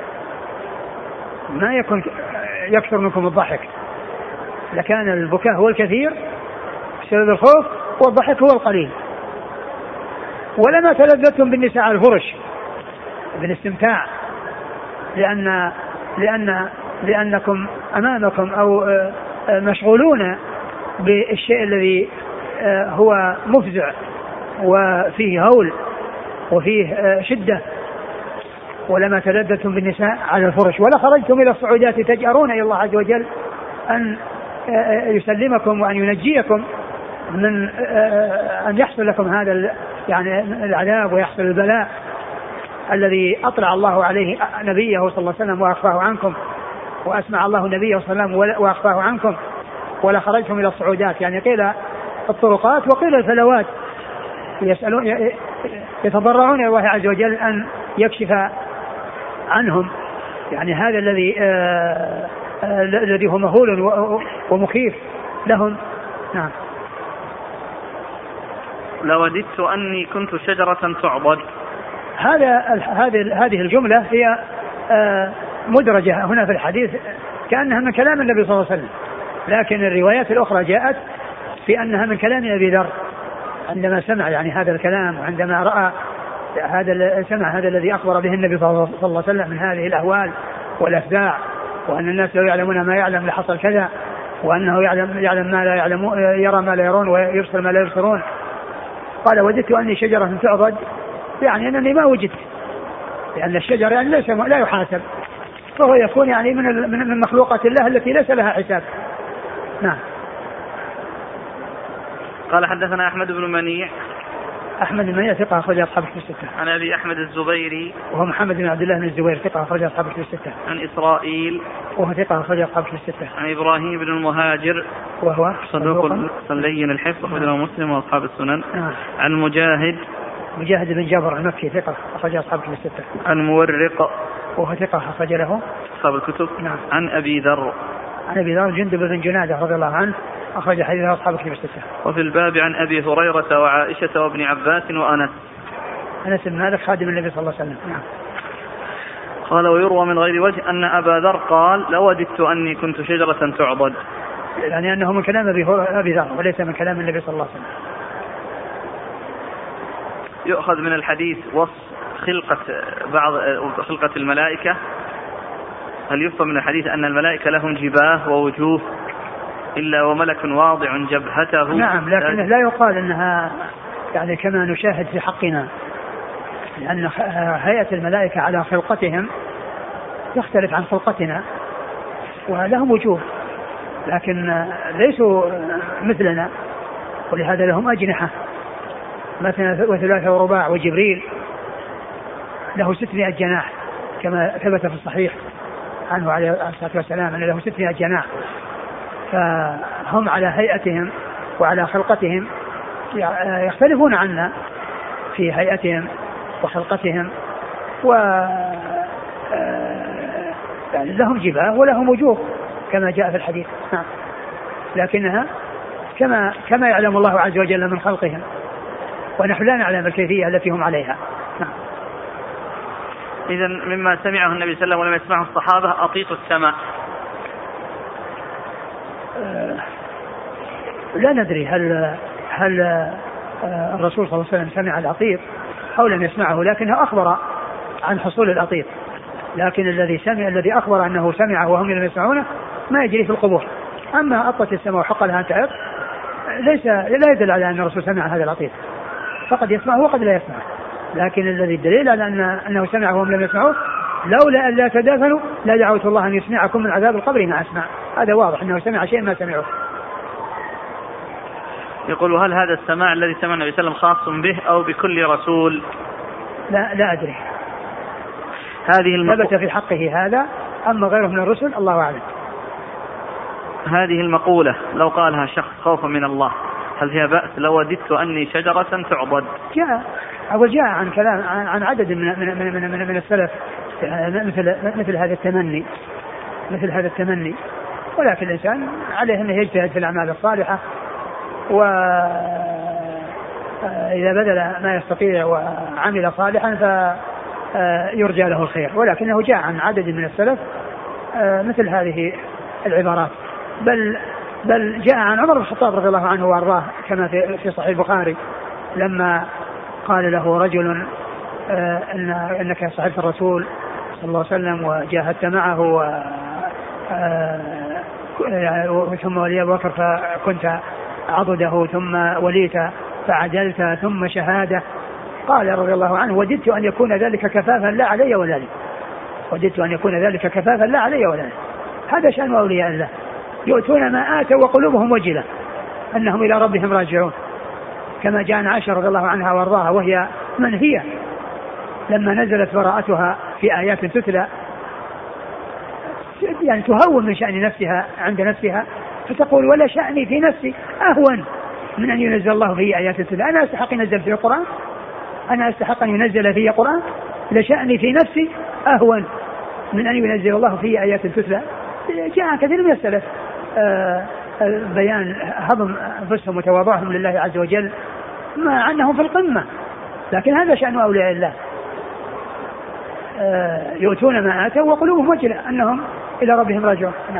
B: ما يكون يكثر منكم الضحك، لكان البكاء هو الكثير بسبب الخوف والضحك هو القليل. ولما تلذذتم بالنساء على الفرش بالاستمتاع، لأن لأن لأنكم أمامكم أو مشغولون بالشيء الذي هو مفزع وفيه هول وفيه شدة. ولما تلذذتم بالنساء على الفرش ولا خرجتم إلى الصعودات تجأرون إلى الله عز وجل أن يسلمكم وأن ينجيكم من أن يحصل لكم هذا يعني العذاب ويحصل البلاء الذي أطلع الله عليه نبيه صلى الله عليه وسلم وأخفاه عنكم، وأسمع الله نبيه صلى الله عليه وسلم وأخفاه عنكم. ولا خرجتم إلى الصعودات، يعني قيل الطرقات وقيل الفلوات، يسألون يتضرعون إلى الله عز وجل أن يكشف عنهم يعني هذا الذي آه آه الذي هو مهول ومخيف لهم. نعم.
A: لوددت أني كنت شجرة تعضد.
B: هذا هذه هذه الجملة هي آه مدرجة هنا في الحديث كأنها من كلام النبي صلى الله عليه وسلم، لكن الروايات الأخرى جاءت في أنها من كلام أبي ذر عندما سمع يعني هذا الكلام، وعندما رأى هذا سمع هذا الذي أخبر به النبي صلى الله عليه وسلم من هذه الأهوال والأفزاع، وأن الناس لو يعلمون ما يعلم لحصل كذا، وأنه يعلم يعلم ما لا يعلمون، يرى ما لا يرون ويبصر ما لا يبصرون. قال وجدت أني شجرة تعضد، يعني أنني ما وجدت، لأن الشجر يعني ليس لا يحاسب، فهو يكون يعني من من مخلوقات الله التي ليس لها حساب. نعم.
A: قال حدثنا أحمد بن منيع.
B: أحمد بن منيع ثقة أخرج أصحاب الكتب الستة.
A: عن أبي أحمد الزبيري
B: وهو محمد بن عبد الله بن الزبير ثقة أخرج أصحاب الكتب الستة.
A: عن إسرائيل
B: وهو ثقة أخرج أصحاب الكتب الستة.
A: عن إبراهيم بن المهاجر وهو صدوق لين الحفظ أخرجه مسلم وأصحاب السنن.
B: نعم.
A: عن مجاهد
B: مجاهد بن جابر المكي ثقة أخرج أصحاب الكتب الستة.
A: عن مورق
B: وهو ثقة أخرج له
A: أصحاب الكتب.
B: نعم.
A: عن أبي ذر
B: عن أبي ذر جندب بن جنادة رضي الله عنه أخرج حديثه أصحاب الكتب الستة.
A: وفي الباب عن أبي هريرة وعائشة وابن عباس وأنس.
B: أنس بن مالك خادم النبي صلى الله عليه وسلم. نعم.
A: قال ويروى من غير وجه أن أبا ذر قال لوددت أني كنت شجرة تعضد،
B: يعني أنه من كلام أبي ذر وليس من كلام النبي صلى الله عليه وسلم.
A: يؤخذ من الحديث وصف خلقة بعض خلقة الملائكة. هل يفهم من الحديث أن الملائكة لهم جباه ووجوه إلا وملك واضع جبهته؟
B: نعم، لكن لا يقال أنها يعني كما نشاهد في حقنا، لأن هيئة الملائكة على خلقتهم يختلف عن خلقتنا، ولهم وجوه لكن ليسوا مثلنا، ولهذا لهم أجنحة مثلا وثلاثة ورباع. وجبريل له ستمائة جناح كما ثبت في الصحيح عنه عليه الصلاة والسلام أن له ستمائة جناح، فهم على هيئتهم وعلى خلقتهم يختلفون عنا في هيئتهم وخلقتهم، و يعني لهم جباه ولهم وجوه كما جاء في الحديث. نعم. لكنها كما كما يعلم الله عز وجل من خلقهم، ونحن لا نعلم الكيفية التي هم عليها. نعم.
A: إذن مما سمعه النبي صلى الله عليه وسلم ولم يسمعه الصحابة أطيط السماء.
B: أه لا ندري هل هل الرسول صلى الله عليه وسلم سمع الأطيط أو لم يسمعه، لكنه أخبر عن حصول الأطيط، لكن الذي سمع الذي أخبر أنه سمعه وهم لم يسمعونه ما يجري في القبور. أما أطت السماء وحق لها أن تعط ليس لا يدل على أن الرسول سمع هذا الأطيط، فقد يسمعه وقد لا يسمعه، لكن الذي الدليل على أن أنه سمعه وهم لم يسمعوه لولا أن لا تدافنوا لا دعوت الله أن يسمعكم من عذاب القبر ما أسمع. هذا واضح أنه سمع شيء ما سمعه.
A: يقول هل هذا السماع الذي سمع النبي صلى الله عليه وسلم خاص به أو بكل رسول؟
B: لا لا أدري.
A: هذه المقو...
B: ثبت في حقه هذا، أما غيره من الرسل الله أعلم.
A: هذه المقولة لو قالها شخص خوفا من الله هل فيها بأس؟ لو وددت أني شجرة تعضد.
B: جاء أو جاء عن كلام عن عدد من من من من, من السلف مثل مثل هذا التمني، مثل هذا التمني، ولكن الإنسان عليه أنه يجتهد في الأعمال الصالحة، وإذا بذل ما يستطيع وعمل صالحا فيرجى له الخير. ولكنه جاء عن عدد من السلف مثل هذه العبارات، بل بل جاء عن عمر بن الخطاب رضي الله عنه وارضاه كما في صحيح البخاري لما قال له رجل إن انك صحبت الرسول صلى الله عليه وسلم وجاهدت معه و ثم ولي ابو بكر فكنت عضده ثم وليت فعدلت ثم شهاده، قال رضي الله عنه وددت ان يكون ذلك كفافا لا علي ولا لي، وددت ان يكون ذلك كفافا لا علي ولا لي. هذا شأن أولياء الله، يؤتون ما آتوا وقلوبهم وجلة أنهم إلى ربهم راجعون، كما جاء عن عائشة رضي الله عنها وارضاها وهي منهية لما نزلت براءتها في آيات تتلى يعني تهون من شأن نفسها عند نفسها، فتقول ولا شأني في نفسي أهون من أن ينزل الله في آيات تتلى، أنا أستحق ينزل في القرآن، أنا أستحق أن ينزل في القرآن، لشأني في نفسي أهون من أن ينزل الله في آيات تتلى. جاء كثير من السلف بيان هضم أنفسهم وتواضعهم لله عز وجل مع أنهم في القمة، لكن هذا شأن أولياء الله، يؤتون ما آتوا وقلوبهم وجلة أنهم إلى ربهم راجعون. نعم.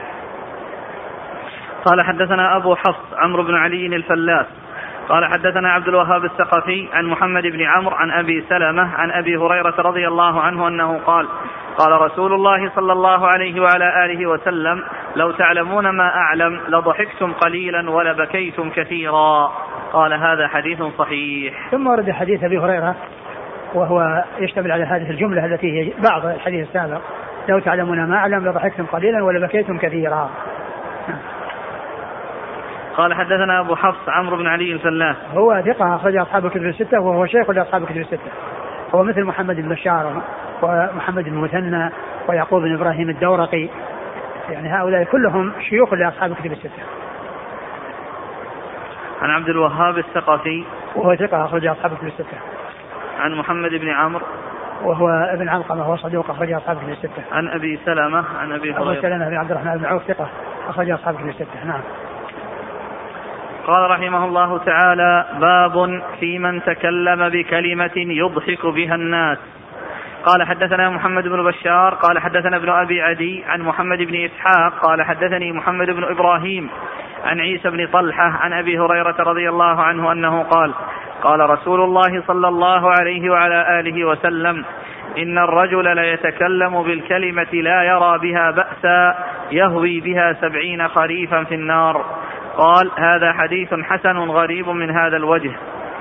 A: قال حدثنا أبو حفص عمرو بن علي الفلاس قال حدثنا عبد الوهاب الثقفي عن محمد بن عمرو عن أبي سلمة عن أبي هريرة رضي الله عنه أنه قال قال رسول الله صلى الله عليه وعلى آله وسلم لو تعلمون ما أعلم لضحكتم قليلا ولبكيتم كثيرا. قال هذا حديث صحيح.
B: ثم ورد حديث أبي هريرة وهو يشتمل على هذه الجملة التي هي بعض الحديث السابق لو تعلمون ما أعلم لضحكتم قليلا ولبكيتم كثيرا.
A: قال حدثنا أبو حفص عمرو بن علي الفلاس
B: هو ثقة أخرج أصحاب الكتب الستة وهو شيخ لأصحاب الكتب الستة، هو مثل محمد بن بشار ومحمد بن مثنى ويعقوب بن إبراهيم الدورقي، يعني هؤلاء كلهم شيوخ لأصحاب الكتب الستة.
A: عن عبد الوهاب الثقفي
B: وهو ثقة أخرج أصحاب الكتب الستة.
A: عن محمد بن عمرو
B: وهو ابن علقمة وهو صدوق أخرج أصحاب الكتب الستة.
A: عن أبي سلمة عن أبي هريرة
B: أبو سلمة بن عبد الرحمن بن عوف ثقة أخرج أصحاب الكتب الستة. نعم.
A: قال رحمه الله تعالى باب في من تكلم بكلمة يضحك بها الناس. قال حدثنا محمد بن بشار قال حدثنا ابن أبي عدي عن محمد بن إسحاق قال حدثني محمد بن إبراهيم عن عيسى بن طلحة عن أبي هريرة رضي الله عنه أنه قال قال رسول الله صلى الله عليه وعلى آله وسلم إن الرجل ليتكلم بالكلمة لا يرى بها بأسا يهوي بها سبعين خريفا في النار. قال هذا حديث حسن غريب من هذا الوجه.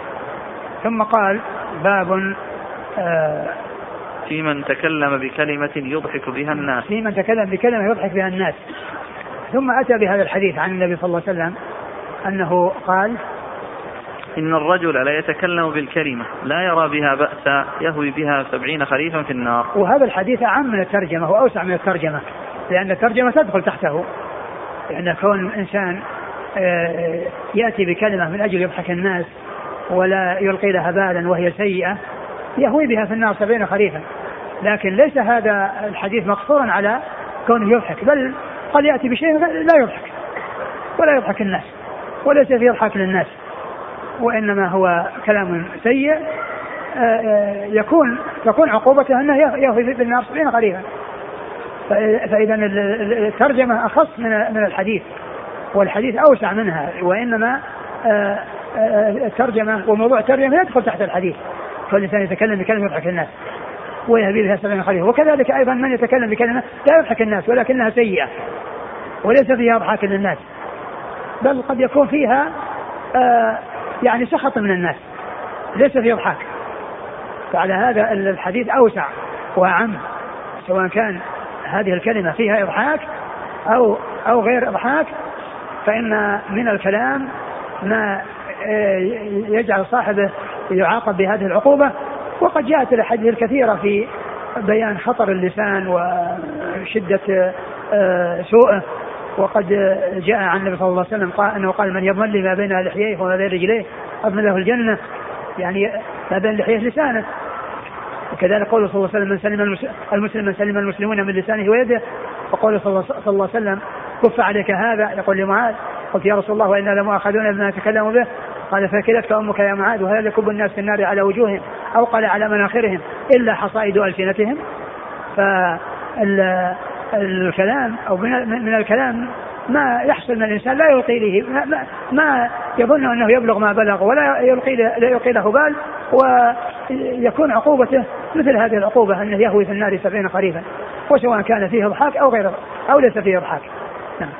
B: ثم قال باب آه
A: في من تكلم بكلمة يضحك بها الناس
B: في من تكلم بكلمة يضحك بها الناس. ثم أتى بهذا الحديث عن النبي صلى الله عليه وسلم أنه قال
A: إن الرجل لا يتكلم بالكلمة لا يرى بها بأسا يهوي بها سبعين خريفا في النار.
B: وهذا الحديث أعم من الترجمة وأوسع من الترجمة، لأن الترجمة تدخل تحته، لأن كون إنسان يأتي بكلمة من أجل يضحك الناس ولا يلقي لها بالا وهي سيئة يهوي بها في النار سبعين خريفا، لكن ليس هذا الحديث مقصورا على كونه يضحك، بل قد يأتي بشيء لا يضحك ولا يضحك الناس وليس فيه إضحاك للناس، وإنما هو كلام سيء يكون تكون عقوبته أنه يهوي في النار سبعين خريفا. فإذا الترجمة أخص من الحديث والحديث أوسع منها، وإنما الترجمة وموضوع الترجمة يدخل تحت الحديث، فالإنسان يتكلم بكلمة يضحك الناس ويهوي بها سبعين خريفا، وكذلك أيضا من يتكلم بكلمة لا يضحك الناس ولكنها سيئة وليس فيها إضحاك للناس، بل قد يكون فيها يعني سخط من الناس ليس فيه إضحاك. فعلى هذا الحديث أوسع وأعم، سواء كان هذه الكلمة فيها إضحاك أو أو غير إضحاك، فإن من الكلام ما يجعل صاحبه يعاقب بهذه العقوبة. وقد جاءت الأحاديث الكثيرة في بيان خطر اللسان وشدة سوءه، وقد جاء عن النبي صلى الله عليه وسلم قال أنه قال من يضمن لي ما بين لحييه وما بين رجليه أضمن له الجنة، يعني ما بين لحيه لسانه. وكذلك قوله صلى الله عليه وسلم من سلم المسلم من سلم المسلمون من لسانه ويده وقال صلى الله عليه وسلم كف عليك هذا، يقول لمعاذ قلت يا رسول الله وإنا لمؤاخذون بما نتكلم به، قال فكلتك أمك يا معاذ وهل يكب الناس في النار على وجوههم أو قال على مناخرهم إلا حصائد ألسنتهم. فالكلام أو من الكلام ما يحصل من الإنسان لا يلقي له ما, ما يظن أنه يبلغ ما بلغ ولا يلقي له, لا يلقي له بال، ويكون عقوبته مثل هذه العقوبة أنه يهوي في النار سبعين خريفا، وسواء كان فيه إضحاك أو غير أو ليس فيه إضحاك. نعم.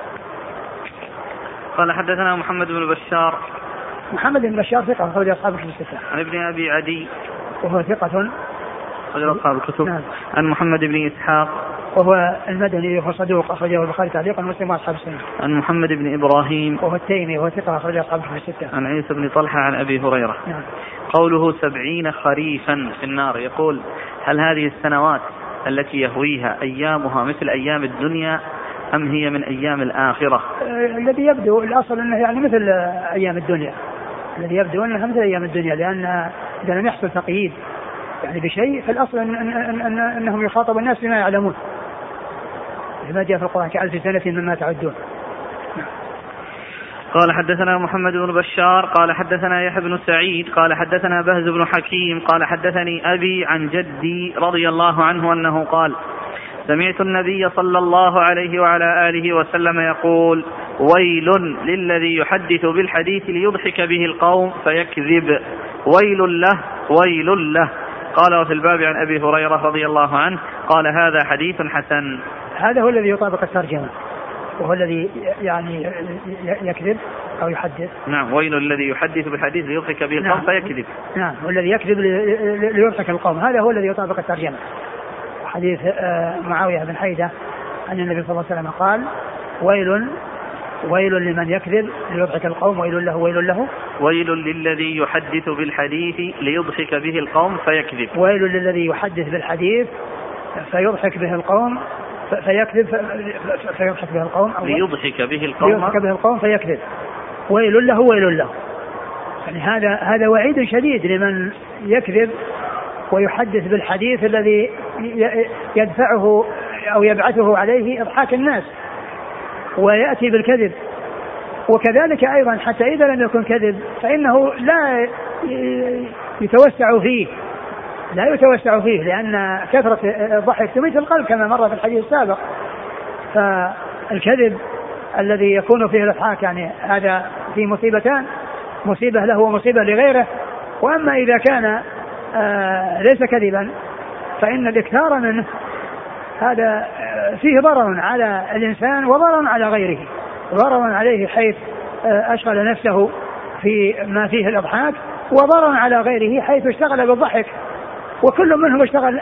A: قال حدثنا محمد بن بشار.
B: محمد بن بشار ثقة أخرج أصحاب الكتب الستة.
A: عن ابن أبي عدي
B: وهو ثقة
A: أخرج أصحاب الكتب.
B: نعم.
A: عن محمد بن إسحاق
B: وهو المدني وهو صدوق أخرجه البخاري تعليقا ومسلم وأصحاب السنة.
A: عن محمد بن إبراهيم
B: وهو التيمي وهو ثقة أخرج أصحاب الكتب الستة.
A: عن عيسى بن طلحة عن أبي هريرة.
B: نعم.
A: قوله سبعين خريفا في النار، يقول هل هذه السنوات التي يهويها أيامها مثل أيام الدنيا أم هي من أيام الآخرة؟
B: الذي يبدو الأصل أنه يعني مثل أيام الدنيا، الذي يبدو أنه مثل أيام الدنيا، لأن إذا لم يحصل تقييد يعني بشيء فالأصل أن أن أن أنهم يخاطب الناس بما يعلمون، لما جاء في القرآن كألف سنة مما تعدون.
A: قال حدثنا محمد بن بشار قال حدثنا يحيى بن سعيد قال حدثنا بهز بن حكيم قال حدثني أبي عن جدي رضي الله عنه أنه قال سمعت النبي صلى الله عليه وعلى آله وسلم يقول ويل للذي يحدث بالحديث ليضحك به القوم فيكذب، ويل له ويل له. قال وفي الباب عن أبي هريرة رضي الله عنه قال هذا حديث حسن.
B: هذا هو الذي يطابق الترجمة، وهو الذي يعني يكذب أو يحدث.
A: نعم. ويل الذي يحدث بالحديث ليضحك به القوم. نعم. فيكذب.
B: نعم. والذي يكذب ليضحك القوم، هذا هو الذي يطابق الترجمة. حديث معاوية بن حيدة أن النبي صلى الله عليه وسلم قال ويل ويل لمن يكذب ليضحك القوم ويل له ويل له.
A: ويل للذي يحدث بالحديث ليضحك به القوم فيكذب.
B: ويل للذي يحدث بالحديث فيضحك به القوم فيكذب فيضحك به القوم أو
A: ليضحك به القوم
B: ليضحك به القوم فيكذب. ويل له ويل له. يعني هذا هذا وعيد شديد لمن يكذب ويحدث بالحديث الذي يدفعه أو يبعثه عليه إضحاك الناس ويأتي بالكذب. وكذلك أيضا حتى إذا لم يكن كذب فإنه لا يتوسع فيه لا يتوسع فيه لأن كثرة الضحك تميت القلب كما مر في الحديث السابق. فالكذب الذي يكون فيه الإضحاك يعني هذا في مصيبتان، مصيبة له ومصيبة لغيره. وأما إذا كان آه ليس كذبا فإن الإكثار منه هذا فيه ضرر على الإنسان وضرر على غيره، ضرر عليه حيث آه أشغل نفسه في ما فيه الإضحاك، وضرر على غيره حيث اشتغل بالضحك، وكل منهم اشتغل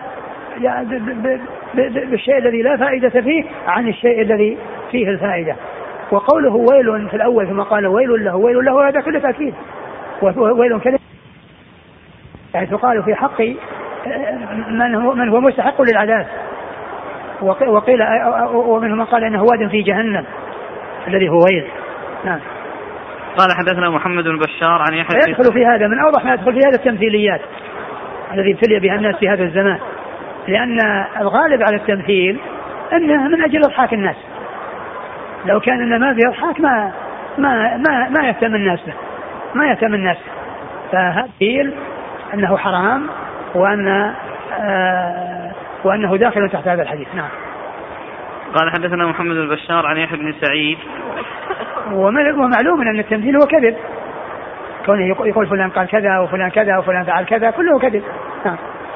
B: بالشيء الذي لا فائدة فيه عن الشيء الذي فيه الفائدة. وقوله ويل في الأول ثم قال ويل له ويل له هذا كله تأكيد. ويل كلمة يعني تقال في حق من هو, من هو مستحق للعذاب، وقيل ومنهم من قال انه واد في جهنم الذي هو ويل. نعم.
A: قال حدثنا محمد بن بشار عن يحيى.
B: يدخل في هذا من اوضح ما يدخل في هذا التمثيليات الذي ابتلي بها الناس في هذا الزمان، لان الغالب على التمثيل انه من اجل اضحاك الناس. لو كان ان ما في اضحاك ما ما ما, ما يهتم الناس به ما يهتم الناس فهذا دليل أنه حرام وأن آه وأنه داخل تحت هذا الحديث. نعم.
A: قال حدثنا محمد بن بشار عن يحيى بن سعيد.
B: ومعلوم أن التمثيل هو كذب، كونه يقول فلان قال كذا وفلان كذا وفلان فعل كذا كله كذب. نعم.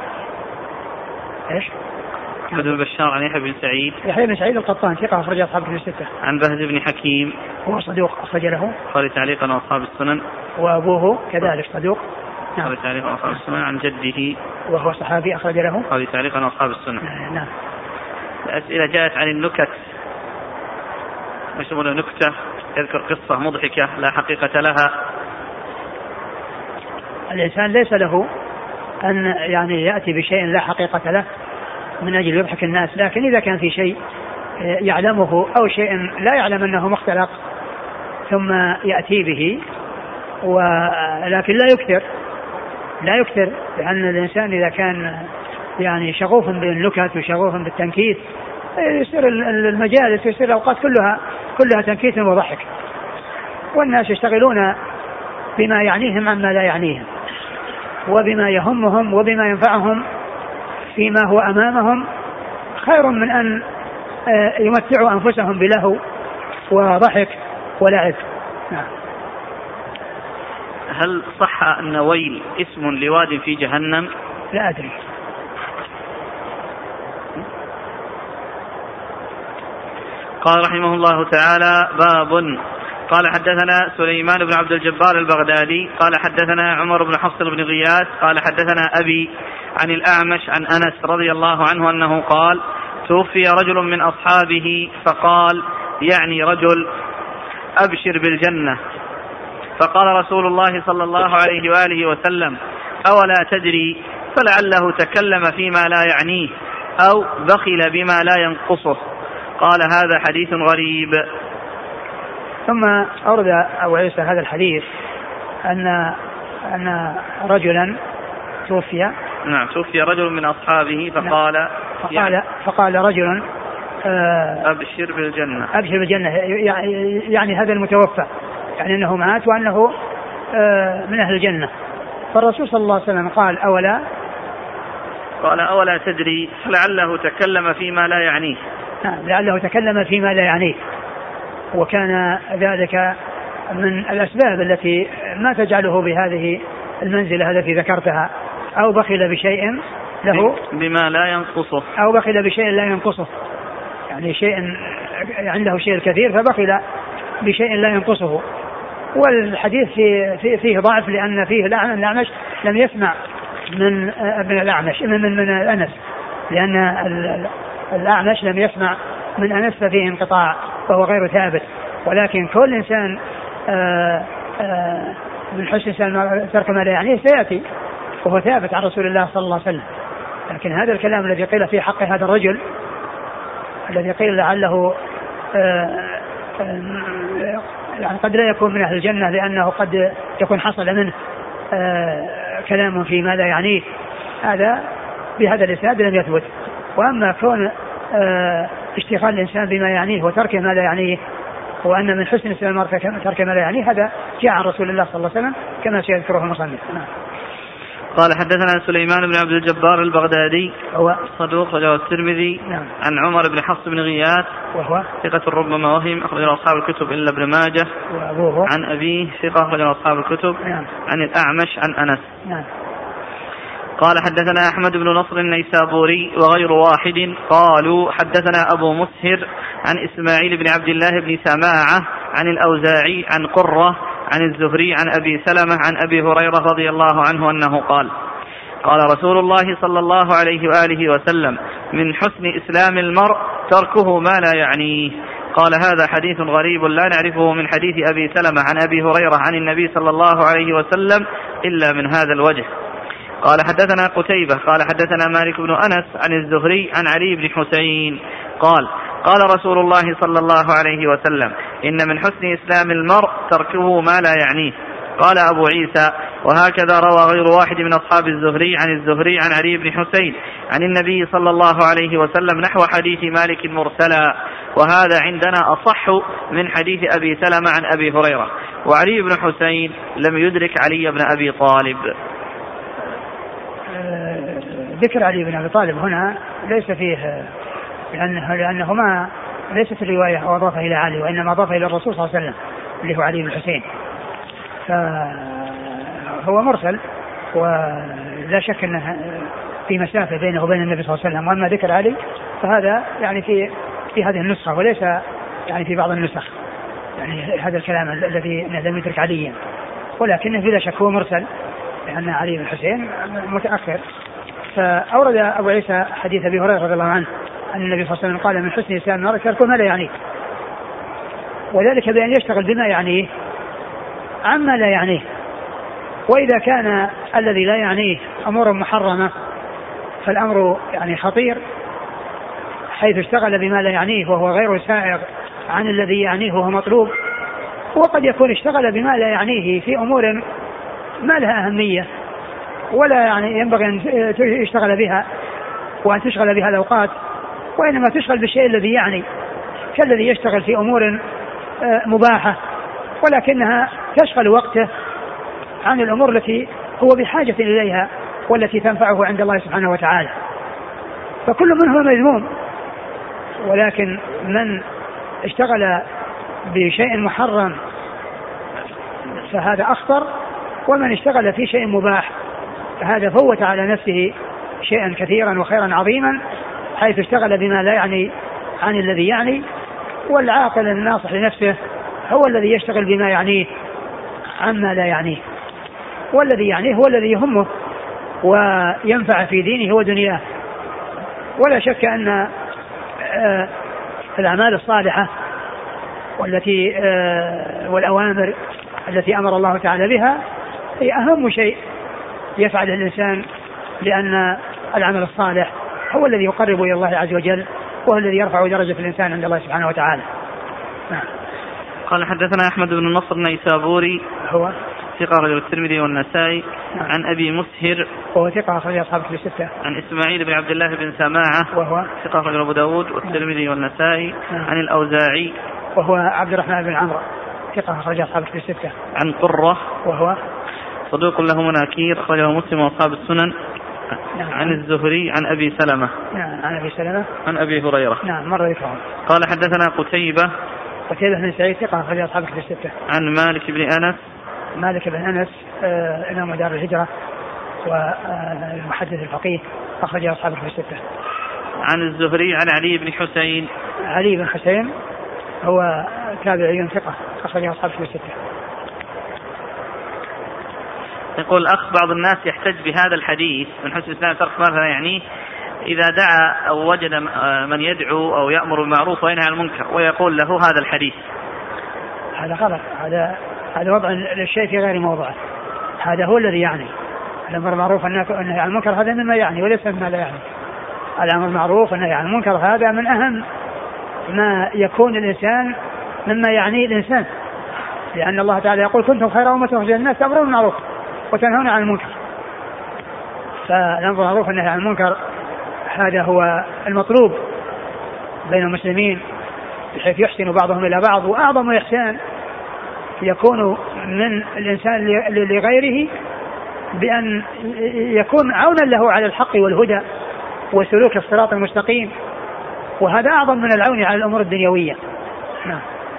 B: إيش؟
A: محمد بن بشار عن يحيى بن سعيد.
B: يحيى بن سعيد القطان ثقة أخرج أصحاب الكتب الستة.
A: عن بهز بن حكيم
B: هو صدوق أخرج له
A: قال تعليقا وأصحاب السنن.
B: وأبوه كذلك صدوق.
A: نعم. قال تعليقا وأصحاب السنن. عن جده
B: وهو صحابي أخرج له
A: قال تعليقا وأصحاب السنن.
B: نعم.
A: الأسئلة جاءت عن النكت، يسمونه نكتة يذكر قصة مضحكة لا حقيقة لها.
B: الإنسان ليس له أن يعني يأتي بشيء لا حقيقة له من أجل يضحك الناس، لكن إذا كان في شيء يعلمه أو شيء لا يعلم أنه مختلق ثم يأتي به، ولكن لا يكثر لا يكثر لأن الإنسان إذا كان يعني شغوف بالنكت وشغوف بالتنكيت يصير المجالس ويصير الأوقات كلها كلها تنكيت وضحك، والناس يشتغلون بما يعنيهم عما لا يعنيهم، وبما يهمهم وبما ينفعهم فيما هو أمامهم، خير من أن يمتعوا أنفسهم بلهو وضحك ولعب. نعم.
A: هل صح أن ويل اسم لواد في جهنم؟
B: لا أدري.
A: قال رحمه الله تعالى: باب. قال حدثنا سليمان بن عبد الجبار البغدادي قال حدثنا عمر بن حفص بن غياث قال حدثنا أبي عن الأعمش عن أنس رضي الله عنه أنه قال: توفي رجل من أصحابه فقال، يعني رجل: أبشر بالجنة. فقال رسول الله صلى الله عليه وآله وسلم: أولا تدري؟ فلعله تكلم فيما لا يعنيه أو بخل بما لا ينقصه. قال: هذا حديث غريب.
B: ثم أورد أبو عيسى هذا الحديث أن أن رجلا توفي.
A: نعم، توفي رجل من أصحابه فقال
B: فقال, فقال رجل:
A: أبشر بالجنة.
B: أبشر بالجنة، يعني هذا المتوفى، يعني أنه مات وأنه من أهل الجنة. فالرسول صلى الله عليه وسلم قال: أولا
A: قال أولا تدري؟ لعله تكلم فيما لا يعنيه.
B: لعله تكلم فيما لا يعنيه، وكان ذلك من الأسباب التي ما تجعله بهذه المنزلة التي ذكرتها، أو بخل بشيء له
A: بما لا ينقصه،
B: أو بخل بشيء لا ينقصه، يعني شيء عنده شيء كثير فبخل بشيء لا ينقصه. والحديث فيه, فيه ضعف، لأن فيه الأعمش لم يسمع من ابن الأعمش من, من, من أنس، لأن الأعمش لم يسمع من أنس فيه انقطاع وهو غير ثابت. ولكن كل إنسان آآ آآ من حسن إنسان ترك ما لا يعنيه سيأتي، وهو ثابت عن رسول الله صلى الله عليه وسلم. لكن هذا الكلام الذي قيل في حق هذا الرجل، الذي قيل لعله يعني قد لا يكون من أهل الجنة لأنه قد يكون حصل منه كلام فيما لا يعنيه، هذا بهذا الإسناد لم يثبت. وأما كون اشتغال الإنسان بما يعنيه وترك ما لا يعنيه، وأن من حسن الإسلام ترك ما لا يعنيه، هذا جاء عن رسول الله صلى الله عليه وسلم كما سيذكره المصنف.
A: قال حدثنا سليمان بن عبد الجبار البغدادي
B: هو
A: صدوق رجل الترمذي.
B: نعم.
A: عن عمر بن حفص بن غياث وهو ثقة ربما وهم، أخرج أصحاب الكتب إلا ابن ماجه.
B: وأبوه
A: عن أبيه ثقة، أخرج أصحاب الكتب.
B: نعم.
A: عن الأعمش عن أنس.
B: نعم.
A: قال حدثنا أحمد بن نصر النيسابوري وغير واحد قالوا حدثنا أبو مسهر عن إسماعيل بن عبد الله بن سماعة عن الأوزاعي عن قرة عن الزهري عن أبي سلمة عن أبي هريرة رضي الله عنه أنه قال: قال رسول الله صلى الله عليه وآله وسلم: من حسن إسلام المرء تركه ما لا يعنيه. قال: هذا حديث غريب لا نعرفه من حديث أبي سلمة عن أبي هريرة عن النبي صلى الله عليه وسلم إلا من هذا الوجه. قال حدثنا قتيبة قال حدثنا مالك بن أنس عن الزهري عن علي بن حسين قال: قال رسول الله صلى الله عليه وسلم: إن من حسن إسلام المرء تركه ما لا يعنيه. قال أبو عيسى: وهكذا روى غير واحد من أصحاب الزهري عن الزهري عن علي بن حسين عن النبي صلى الله عليه وسلم نحو حديث مالك مرسلا، وهذا عندنا أصح من حديث أبي سلمة عن أبي هريرة. وعلي بن حسين لم يدرك علي بن أبي طالب.
B: ذكر علي بن أبي طالب هنا ليس فيه، لأنه, لأنه ما ليست الرواية أضافه إلى علي، وإنما أضافه إلى الرسول صلى الله عليه وسلم اللي هو علي بن حسين، فهو مرسل ولا شك أنه في مسافة بينه وبين النبي صلى الله عليه وسلم. وأما ذكر علي فهذا يعني في في هذه النسخة وليس يعني في بعض النسخ، يعني هذا الكلام الذي لم يدرك عليا، ولكنه بلا شك هو مرسل لأن علي بن حسين متأخر. فأورد أبو عيسى حديث أبي هريرة رضي الله عنه أن النبي صلى الله عليه وسلم قال: من حسن إسلام المرء تركه ما لا يعنيه، وذلك بأن يشتغل بما يعنيه عما لا يعنيه. وإذا كان الذي لا يعنيه أمور محرمة فالأمر يعني خطير، حيث اشتغل بما لا يعنيه وهو غير سائغ عن الذي يعنيه وهو مطلوب. وقد يكون اشتغل بما لا يعنيه في أمور ما لها أهمية ولا يعني ينبغي أن يشتغل بها وأن تشغل بها الأوقات، وإنما تشغل بالشيء الذي يعني، كالذي يشتغل في أمور مباحة ولكنها تشغل وقته عن الأمور التي هو بحاجة إليها والتي تنفعه عند الله سبحانه وتعالى. فكل منهما مذموم، ولكن من اشتغل بشيء محرم فهذا أخطر، ومن اشتغل في شيء مباح فهذا فوت على نفسه شيئا كثيرا وخيرا عظيما، حيث اشتغل بما لا يعني عن الذي يعني. والعاقل الناصح لنفسه هو الذي يشتغل بما يعنيه عما لا يعنيه، والذي يعنيه هو الذي يهمه وينفع في دينه ودنياه. ولا شك أن الأعمال الصالحة والتي والأوامر التي أمر الله تعالى بها هي أهم شيء يفعله الإنسان، لأن العمل الصالح هو الذي يقرب إلى الله عز وجل، وهو الذي يرفع درجة الإنسان عند الله سبحانه وتعالى.
A: قال حدثنا أحمد بن النصر النيسابوري
B: هو
A: ثقة رجل الترمذي والنسائي. نعم. عن أبي مسهر
B: وهو ثقة أخرج أصحاب الكتب الستة.
A: عن إسماعيل بن عبد الله بن سماعة
B: وهو
A: ثقة رجل أبو داود والترمذي والنسائي. نعم. عن الأوزاعي
B: وهو عبد الرحمن بن عمرو ثقة أخرج أصحاب الكتب الستة.
A: عن قرة
B: وهو
A: صدوق له مناكير أخرجه مسلم وأصحاب السنن.
B: نعم.
A: عن الزهري عن أبي سلمة.
B: نعم. عن أبي سلمة
A: عن أبي هريرة.
B: نعم مرة يكرم.
A: قال حدثنا قتيبة
B: قتيبة بن سعيد ثقة أخرج أصحاب الكتب الستة.
A: عن مالك بن أنس
B: مالك بن أنس آه إمام دار الهجرة والمحدث الفقيه أخرج أصحاب الكتب الستة.
A: عن الزهري عن علي بن حسين.
B: علي بن حسين هو تابعي ثقة أخرج أصحاب الكتب الستة.
A: يقول أخ بعض الناس يحتج بهذا الحديث من حسن الإسلام ترك ما يعني إذا دعا أو وجد من يدعو أو يأمر بالمعروف وينهى عن المنكر ويقول له هذا الحديث.
B: هذا غلط، هذا هذا وضع الشيء في غير موضعه. هذا هو الذي يعني الأمر بالمعروف والنهي عن المنكر، هذا مما يعني وليس مما لا يعني. الأمر بالمعروف والنهي عن المنكر هذا من أهم ما يكون الإنسان مما يعني الإنسان، لأن الله تعالى يقول كنتم خير أمة أخرجت للناس تأمرون بالمعروف وتنهون عن المنكر. فالأمر بالمعروف والنهي عن المنكر هذا هو المطلوب بين المسلمين، بحيث يحسن بعضهم إلى بعض. وأعظم الإحسان يكون من الإنسان لغيره بأن يكون عونا له على الحق والهدى وسلوك الصراط المستقيم، وهذا أعظم من العون على الأمور الدنيوية. نعم.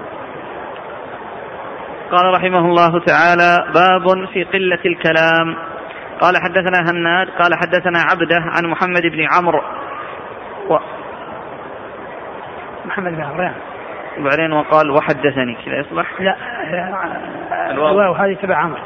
A: قال رحمه الله تعالى باب في قلة الكلام. قال حدثنا هناد قال حدثنا عبده عن محمد بن عمرو و...
B: محمد بن عمرو
A: وبعدين وقال وحدثني كذا يصلح؟
B: لا الواو هذه تبع عمرو.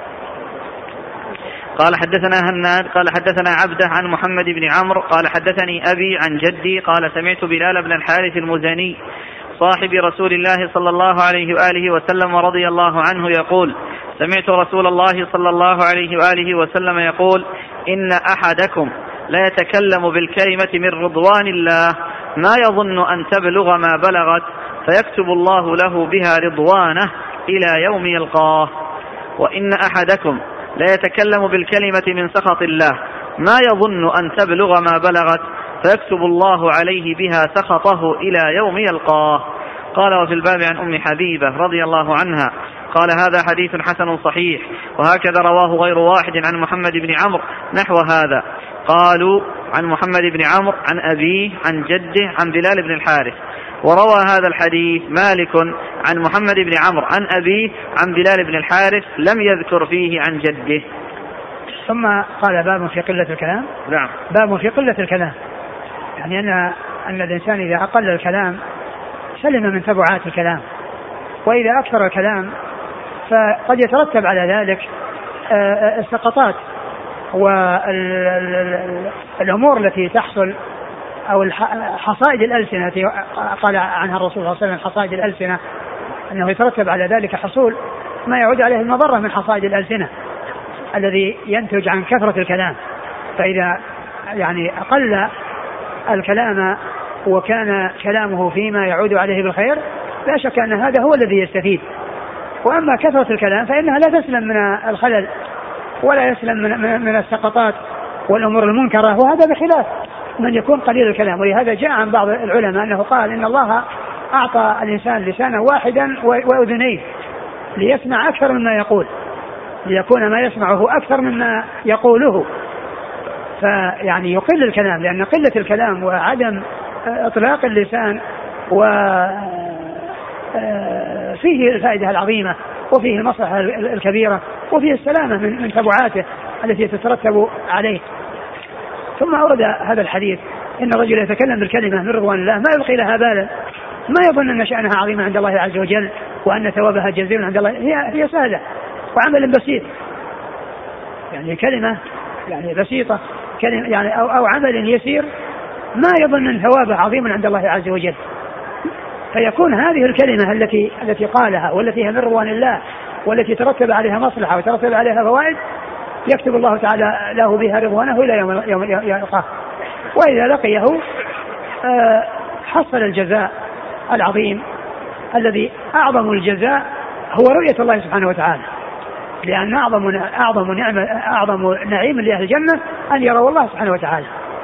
A: قال حدثنا هناد قال حدثنا عبده عن محمد بن عمرو قال حدثني أبي عن جدي قال سمعت بلال بن الحارث المزني صاحب رسول الله صلى الله عليه وآله وسلم رضي الله عنه يقول سمعت رسول الله صلى الله عليه وآله وسلم يقول إن أحدكم لا يتكلم بالكلمة من رضوان الله ما يظن أن تبلغ ما بلغت فيكتب الله له بها رضوانه إلى يوم يلقاه، وإن أحدكم لا يتكلم بالكلمة من سخط الله ما يظن أن تبلغ ما بلغت فيكتب الله عليه بها سخطه إلى يوم يلقاه. قال وفي الباب عن أم حبيبة رضي الله عنها قال هذا حديث حسن صحيح، وهكذا رواه غير واحد عن محمد بن عمرو نحو هذا. قالوا عن محمد بن عمرو عن أبيه عن جده عن بلال بن الحارث. وروى هذا الحديث مالك عن محمد بن عمرو عن أبيه عن بلال بن الحارث لم يذكر فيه عن جده.
B: ثم قال باب في قلة الكلام.
A: نعم.
B: باب في قلة الكلام، يعني أن أن الإنسان إذا أقل الكلام سلم من تبعات الكلام، وإذا أكثر الكلام فقد يترتب على ذلك السقطات والأمور التي تحصل أو حصائد الألسنة قال عنها الرسول صلى الله عليه وسلم حصائد الألسنة، أنه يترتب على ذلك حصول ما يعود عليه المضرة من حصائد الألسنة الذي ينتج عن كثرة الكلام. فإذا يعني أقل الكلام وكان كلامه فيما يعود عليه بالخير لا شك أن هذا هو الذي يستفيد. وأما كثرة الكلام فإنها لا تسلم من الخلل ولا يسلم من, من السقطات والأمور المنكرة، وهذا بخلاف من يكون قليل الكلام. ولهذا جاء عن بعض العلماء أنه قال إن الله أعطى الإنسان لسانا واحدا وأذنين ليسمع أكثر مما يقول، ليكون ما يسمعه أكثر مما يقوله. فيعني يقل الكلام، لأن قلة الكلام وعدم إطلاق اللسان وفيه الفائدة العظيمة وفيه المصلحة الكبيرة وفيه السلامة من تبعاته التي تترتب عليه. ثم أورد هذا الحديث إن الرجل يتكلم بالكلمة من رضوان الله ما يلقي لها بالا، ما يظن أن شأنها عظيمة عند الله عز وجل وأن ثوابها جزيل عند الله، هي هي سهلة وعمل بسيط، يعني كلمة يعني بسيطة كلمة يعني أو, أو عمل يسير ما يظن أن ثوابه عظيم عند الله عز وجل. فيكون هذه الكلمة التي التي قالها والتي هي من رضوان الله والتي ترتب عليها مصلحة وترتب عليها فوائد يكتب الله تعالى له بها رضوانه إلى يوم يوم يلقاه. وإذا لقيه حصل الجزاء العظيم الذي أعظم الجزاء هو رؤية الله سبحانه وتعالى، لأن أعظم أعظم نعمة أعظم نعيم لأهل الجنة أن يروا الله سبحانه وتعالى.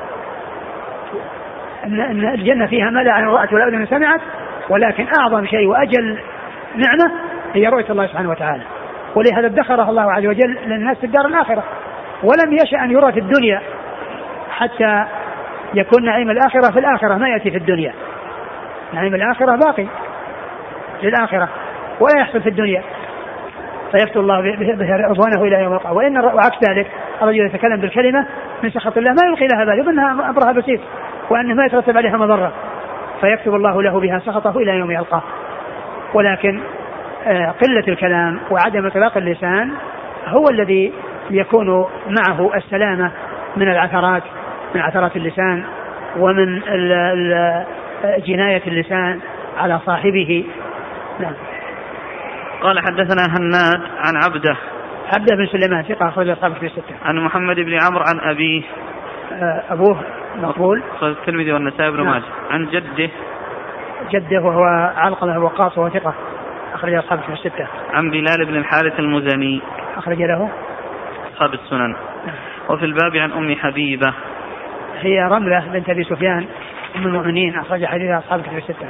B: أن الجنة فيها ما لا عين رأت ولا أذن سمعت، ولكن أعظم شيء وأجل نعمة هي رؤية الله سبحانه وتعالى. ولهذا ادخرها الله عز وجل للناس في الدار الآخرة، ولم يشأ أن يرى في الدنيا حتى يكون نعيم الآخرة في الآخرة ما يأتي في الدنيا. نعيم الآخرة باقي للآخرة ولا يحصل في الدنيا، فيفتح الله به رضوانه إلى يوم القيامة. وإن وعكس ذلك الرجل يتكلم بالكلمة من سخط الله ما يلقي لها بال، يظنها أمرها بسيط وأنه ما يترتب عليها مضرة، فيكتب الله له بها سخطه إلى يوم يلقاه. ولكن قلة الكلام وعدم إطلاق اللسان هو الذي يكون معه السلامة من العثرات من عثرات اللسان ومن جناية اللسان على صاحبه. نعم.
A: قال حدثنا هناد عن عبده
B: عبده بن سليمان ثقة أخرج أصحاب في الستة.
A: عن محمد بن عمرو عن أبيه
B: أبوه مقبول
A: الترمذي والنسائي بن ماجه. عن جده
B: جده وهو علقمة بن وقاص وهو ثقة أخرج أصحاب في الستة.
A: عن بلال بن الحارث المزني
B: أخرج له
A: أصحاب السنن. وفي الباب عن أم حبيبة
B: هي رملة بنت أبي سفيان أم المؤمنين أخرج حديثها أصحاب في الستة.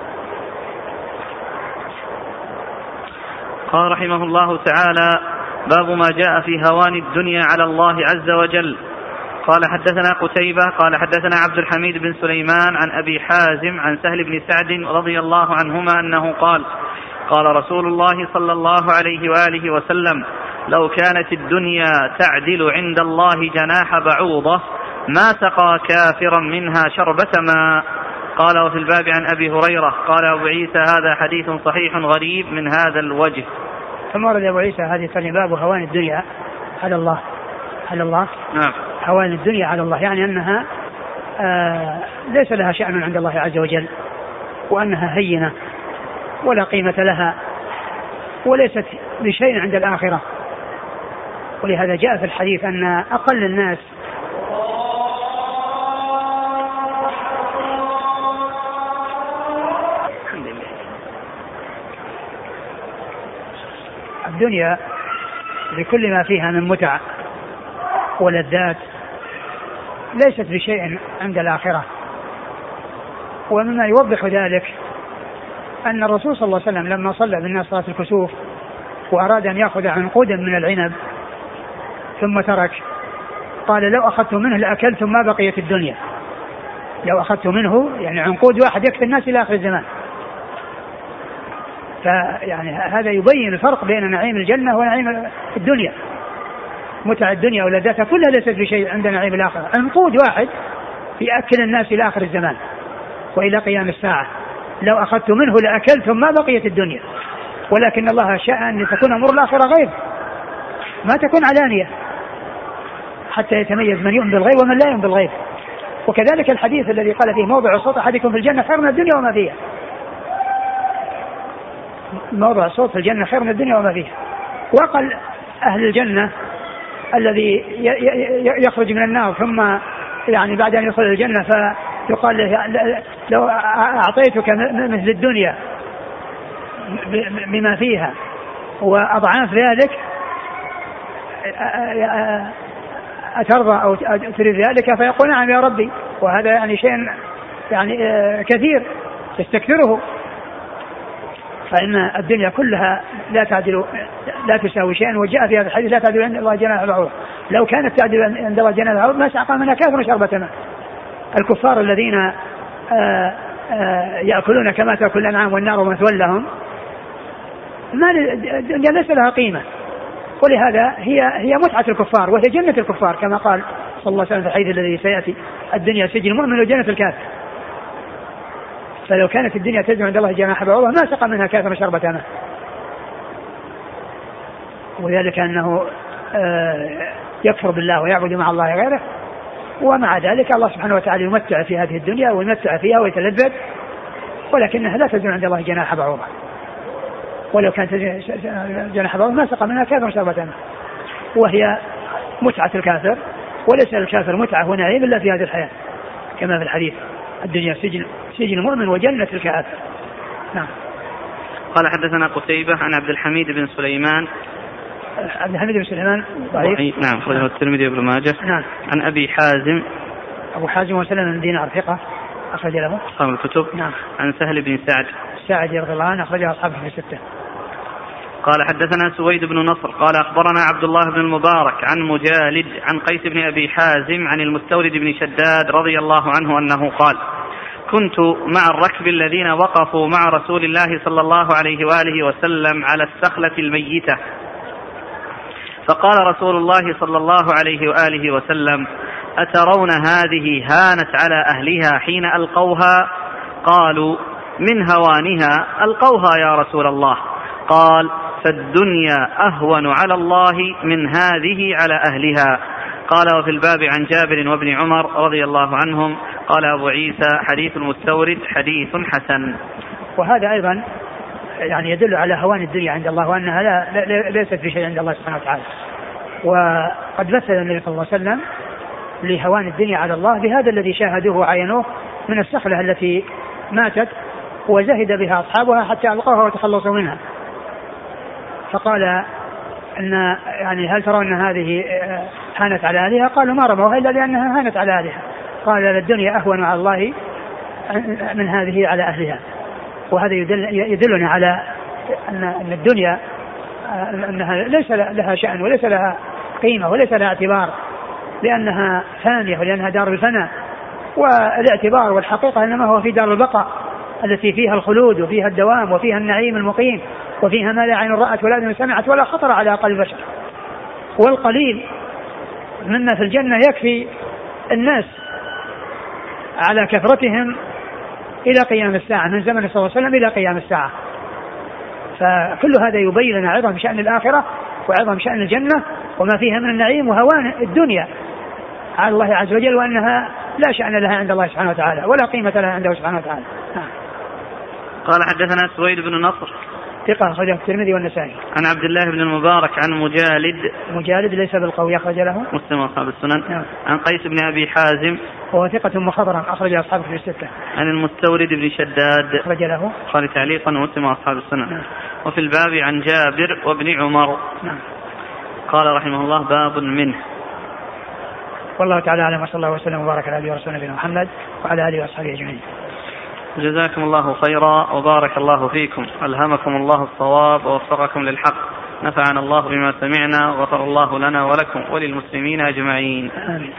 A: قال رحمه الله تعالى: باب ما جاء في هوان الدنيا على الله عز وجل. قال حدثنا قتيبة قال حدثنا عبد الحميد بن سليمان عن أبي حازم عن سهل بن سعد رضي الله عنهما أنه قال: قال رسول الله صلى الله عليه وآله وسلم: لو كانت الدنيا تعدل عند الله جناح بعوضة ما سقى كافرا منها شربة ماء. قال: وفي الباب عن أبي هريرة قال أبو عيسى: هذا حديث صحيح غريب من هذا الوجه.
B: ثم ورد أبو عيسى هذه الترجمة: باب هوان الدنيا على الله على الله
A: نعم.
B: هوان الدنيا على الله، يعني أنها آه ليس لها شأن عند الله عز وجل، وأنها هينة ولا قيمة لها وليست بشيء عند الآخرة. ولهذا جاء في الحديث أن أقل الناس الدنيا بكل ما فيها من متع ولذات ليست بشيء عند الآخرة. ومما يوضح ذلك أن الرسول صلى الله عليه وسلم لما صلى بالناس صلاة الكسوف وأراد أن يأخذ عنقودا من العنب ثم ترك، قال: لو أخذت منه لأكلتم ما بقيت الدنيا. لو أخذت منه يعني عنقود واحد يكفي الناس إلى آخر الزمان. فيعني هذا يبين الفرق بين نعيم الجنة ونعيم الدنيا. متع الدنيا ولذاتها كلها ليست بشيء عند نعيم الآخرة. عنقود واحد يأكل الناس إلى آخر الزمان وإلى قيام الساعة. لو أخذت منه لأكلتم ما بقيت الدنيا. ولكن الله شاء أن تكون أمور الآخرة غيب، ما تكون علانية، حتى يتميز من يؤمن بالغيب ومن لا يؤمن بالغيب. وكذلك الحديث الذي قال فيه: موضع صوت أحدكم في الجنة خير من الدنيا وما فيها. موضع الصوت في الجنة خير من الدنيا وما فيها. وقال أهل الجنة الذي يخرج من النار ثم يعني بعد أن يدخل الجنة فيقال له: لو أعطيتك مثل الدنيا بما فيها وأضعاف ذلك أترضى أو تريد ذلك؟ فيقول: نعم يا ربي. وهذا يعني شيء يعني كثير تستكثره، فإن الدنيا كلها لا تعدل لا تساوي شيئا، وجاء في هذا الحديث لا تعدل عند الله جناح بعوضة. لو كانت تعدل عند الله جناح بعوضة ما سقى منها كافر شربة ماء. الكفار الذين آآ آآ يأكلون كما تأكل الأنعام والنار مثوى لهم، ما الدنيا ليس لها قيمة، ولهذا هي هي متعة الكفار وهي جنة الكفار كما قال صلى الله عليه وسلم في الحديث الذي سيأتي: الدنيا سجن المؤمن وجنة الكافر. فلو كانت الدنيا تزن عند الله جناح بعوضة ما سقى منها كافر شربة ماء. وذلك أنه يكفر بالله ويعبد مع الله غيره، ومع ذلك الله سبحانه وتعالى يمتع في هذه الدنيا ويمتع فيها ويتلذذ، ولكنها لا تزن عند الله جناح بعوضة. ولو كانت جناح بعوضة ما سقى منها كافر شربة ماء، وهي متعة الكافر، وليس الكافر متعة ونعيم إلا في هذه الحياة كما في الحديث: الدنيا سجن سجن المؤمن وجنة الكافر. نعم.
A: قال حدثنا قتيبة عن عبد الحميد بن سليمان.
B: عبد الحميد بن سليمان ضعيف.
A: نعم، أخرجه الترمذي وابن ماجه.
B: نعم.
A: عن أبي حازم.
B: أبو حازم وسلم بن دينار ثقة أخرج له
A: أصحاب الكتب.
B: نعم.
A: عن سهل بن سعد.
B: سعد رضي الله عنه أخرجه أصحابه في الستة.
A: قال حدثنا سويد بن نصر قال أخبرنا عبد الله بن المبارك عن مجالد عن قيس بن أبي حازم عن المستورد بن شداد رضي الله عنه أنه قال: كنت مع الركب الذين وقفوا مع رسول الله صلى الله عليه وآله وسلم على السخلة الميتة، فقال رسول الله صلى الله عليه وآله وسلم: أترون هذه هانت على أهلها حين ألقوها؟ قالوا: من هوانها ألقوها يا رسول الله. قال: فالدنيا أهون على الله من هذه على أهلها. قال: وفي الباب عن جابر وابن عمر رضي الله عنهم. قال أبو عيسى: حديث المستورد حديث حسن.
B: وهذا أيضا يعني يدل على هوان الدنيا عند الله، وأنها لا ليست في شيء عند الله سبحانه وتعالى. وقد مثل النبي صلى الله عليه وسلم لهوان الدنيا على الله بهذا الذي شاهدوه وعينوه من السخلة التي ماتت وزهد بها أصحابها حتى ألقوها وتخلصوا منها. فقال أن يعني هل ترون هذه هانت على أهلها؟ قالوا: ما رموها إلا لأنها هانت على أهلها. قال: الدنيا أهون على الله من هذه على أهلها. وهذا يدل يدلنا على أن الدنيا أنها ليس لها شأن وليس لها قيمة وليس لها اعتبار، لأنها ثانية ولأنها دار الفناء. والاعتبار والحقيقة إنما هو في دار البقاء التي فيها الخلود وفيها الدوام وفيها النعيم المقيم وفيها ما لا عين رأت ولا أذن سمعت ولا خطر على قلب بشر. والقليل مما في الجنة يكفي الناس على كثرتهم إلى قيام الساعة، من زمن صلى الله عليه وسلم إلى قيام الساعة. فكل هذا يبين لنا عظم شأن الآخرة وعظم شأن الجنة وما فيها من النعيم وهوان الدنيا على الله عز وجل، وأنها لا شأن لها عند الله سبحانه وتعالى ولا قيمة لها عنده سبحانه وتعالى.
A: قال حدثنا سويد بن نصر
B: ثقة أخرجه الترمذي والنسائي.
A: عن عبد الله بن المبارك عن مجالد.
B: مجالد ليس بالقوي أخرج له
A: مسلم وأصحاب السنن.
B: نعم.
A: عن قيس بن أبي حازم
B: وهو ثقة مخضرم أخرج أصحابه في الستة.
A: عن المستورد بن شداد
B: أخرج له
A: قال تعليقا مسلم وأصحاب السنن.
B: نعم.
A: وفي الباب عن جابر وابن عمر.
B: نعم.
A: قال رحمه الله: باب منه.
B: والله تعالى أعلم، وصلى الله وسلم وبارك على نبينا ورسولنا نبينا محمد وعلى آله وأصحابه أجمعين.
A: جزاكم الله خيرا وبارك الله فيكم، ألهمكم الله الصواب ووفقكم للحق، نفعنا الله بما سمعنا وغفر الله لنا ولكم وللمسلمين أجمعين.
B: آمين.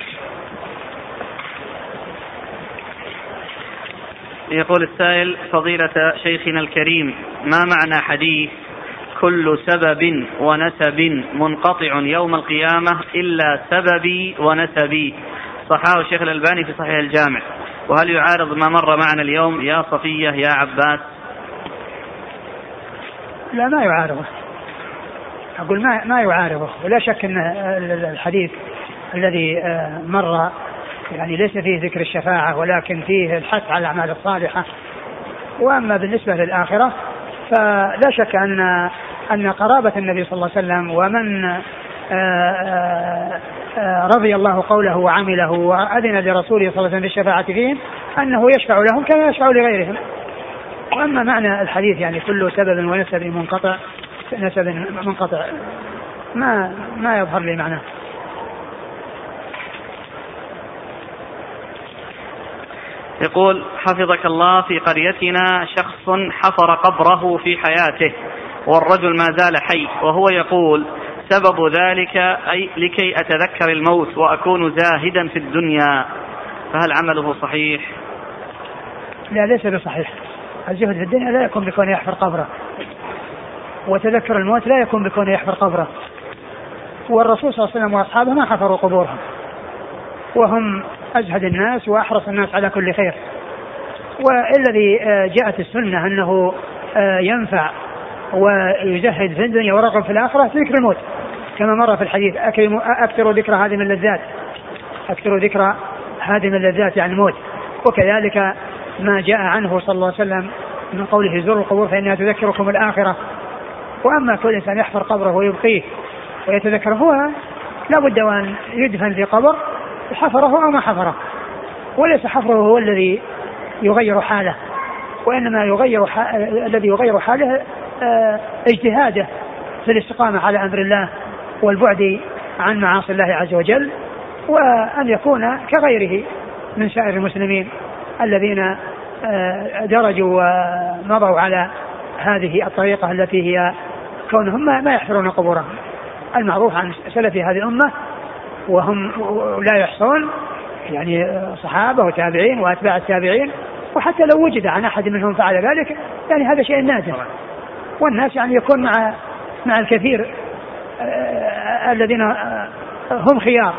A: يقول السائل: فضيلة شيخنا الكريم، ما معنى حديث كل سبب ونسب منقطع يوم القيامة إلا سببي ونسبي؟ صححه الشيخ الألباني في صحيح الجامع. وهل يعارض ما مر معنا اليوم يا صفية يا عباس؟
B: لا، ما يعارضه. أقول ما ما يعارضه، ولا شك أن الحديث الذي مر يعني ليس فيه ذكر الشفاعة ولكن فيه الحث على الأعمال الصالحة. وأما بالنسبة للآخرة فلا شك أن أن قرابة النبي صلى الله عليه وسلم ومن آآ آآ رضي الله قوله وعمله وأذن لرسوله صلى الله عليه وسلم بالشفاعة فيهم أنه يشفع لهم كما يشفع لغيرهم. وأما معنى الحديث يعني كل سبب ونسب منقطع نسب منقطع ما ما يظهر لي معناه.
A: يقول حفظك الله، في قريتنا شخص حفر قبره في حياته والرجل ما زال حي، وهو يقول سبب ذلك أي لكي أتذكر الموت وأكون زاهدا في الدنيا، فهل عمله صحيح؟
B: لا، ليس بصحيح. الزهد في الدنيا لا يكون بكون يحفر قبره، وتذكر الموت لا يكون بكون يحفر قبره. والرسول صلى الله عليه وسلم وأصحابه ما حفروا قبورهم، وهم أزهد الناس وأحرص الناس على كل خير. والذي جاءت السنة أنه ينفع ويزهد في الدنيا ورغب في الآخرة ذكر الموت، كما مر في الحديث أكثروا ذكر هادم اللذات، أكثروا ذكر هادم اللذات يعني الموت. وكذلك ما جاء عنه صلى الله عليه وسلم من قوله زوروا القبور فإنها تذكركم الآخرة. وأما كل إنسان يحفر قبره ويبقيه ويتذكر، هو لا بد أن يدفن في قبر حفره أو ما حفره، وليس حفره هو الذي يغير حاله، وإنما يغير ح... الذي يغير حاله اه... اجتهاده في الاستقامة على أمر الله والبعد عن معاصي الله عز وجل، وأن يكون كغيره من سائر المسلمين الذين اه... درجوا ومضوا على هذه الطريقة التي هي كونهم ما يحفرون قبورهم. المعروف عن سلف هذه الأمة وهم لا يحصون، يعني صحابة وتابعين وأتباع التابعين، وحتى لو وجد عن أحد منهم فعل ذلك يعني هذا شيء نادر. والناس يعني يكون مع مع الكثير آه الذين آه هم خيار،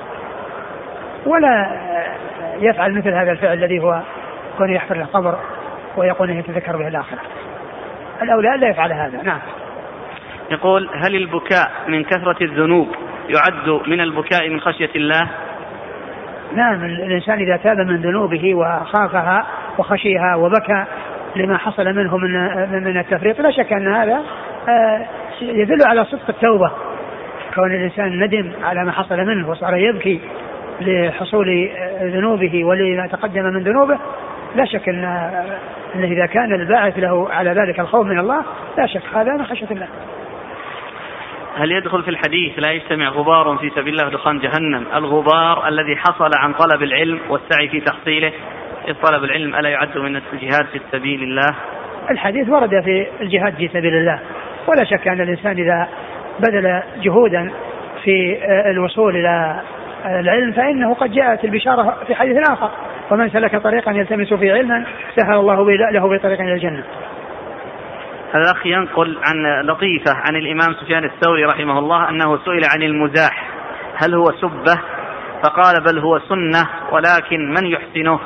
B: ولا يفعل مثل هذا الفعل الذي هو كون يحفر القبر ويقول انه يتذكر به الآخرة. الأولى لا يفعل هذا. نعم.
A: يقول هل البكاء من كثرة الذنوب يعد من البكاء من خشية الله؟
B: نعم، الإنسان إذا تاب من ذنوبه وخافها وخشيها وبكى لما حصل منه من من التفريط، لا شك أن هذا يدل على صدق التوبة. كون الإنسان ندم على ما حصل منه وصار يبكي لحصول ذنوبه ولما تقدم من ذنوبه، لا شك أن أنه إذا كان الباعث له على ذلك الخوف من الله، لا شك هذا من خشية الله.
A: هل يدخل في الحديث لا يجتمع غبار في سبيل الله دخان جهنم الغبار الذي حصل عن طلب العلم والسعي في تحصيله؟ إذ طلب العلم ألا يعد من الجهاد في سبيل الله؟
B: الحديث ورد في الجهاد في سبيل الله، ولا شك أن الإنسان إذا بذل جهودا في الوصول إلى العلم فإنه قد جاءت البشارة في حديث آخر: ومن سلك طريقا يلتمس فيه علما سهل الله له بطريق إلى الجنة.
A: هذا أخي ينقل عن لطيفة عن الإمام سفيان الثوري رحمه الله أنه سئل عن المزاح هل هو سبة، فقال بل هو سنة ولكن من يحسنه؟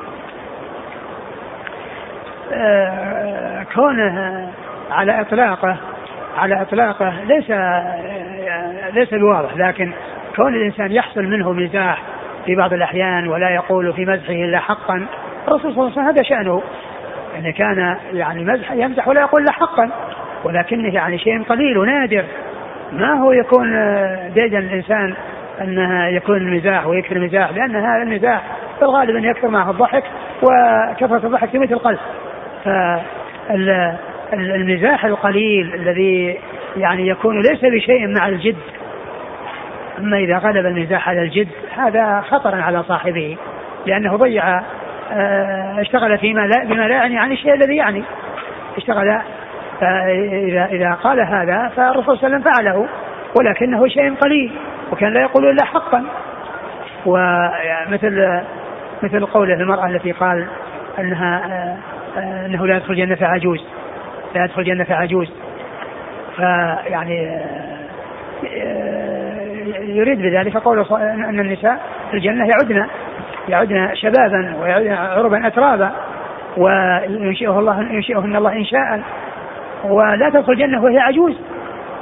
B: آه كونه على إطلاقه على إطلاقه ليس ليس بواضح، لكن كون الإنسان يحصل منه مزاح في بعض الأحيان ولا يقول في مزحه إلا حقا، الرسول صلى الله عليه وسلم هذا شأنه، يعني كان يعني مزح يمزح ولا يقول لا حقا، ولكنه يعني شيء قليل ونادر، ما هو يكون ديدا الإنسان أنه يكون مزاح ويكثر مزاح، لأن هذا المزاح في الغالب أن يكثر معه الضحك، وكثرة الضحك تميت القلب. فالمزاح القليل الذي يعني يكون ليس بشيء مع الجد، أما إذا غلب المزاح على الجد هذا خطر على صاحبه، لأنه ضيع اشتغل فيما لا بما لا يعني عن الشيء الذي يعني اشتغل. فإذا إذا قال هذا فالرسول صلى الله عليه وسلم فعله، ولكنه شيء قليل وكان لا يقول إلا حقا. ومثل مثل قوله المرأة التي قال أنها أنه لا يدخل جنة عجوز لا يدخل جنة عجوز فيعني يريد بذلك قوله أن النساء في الجنة يعدن يعدن شبابا ويعدن عربا أترابا وينشئه الله ينشئهن الله إنشاء، ولا تدخل الجنة وهي عجوز.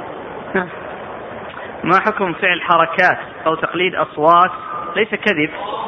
A: ما حكم فعل حركات أو تقليد أصوات ليس كذب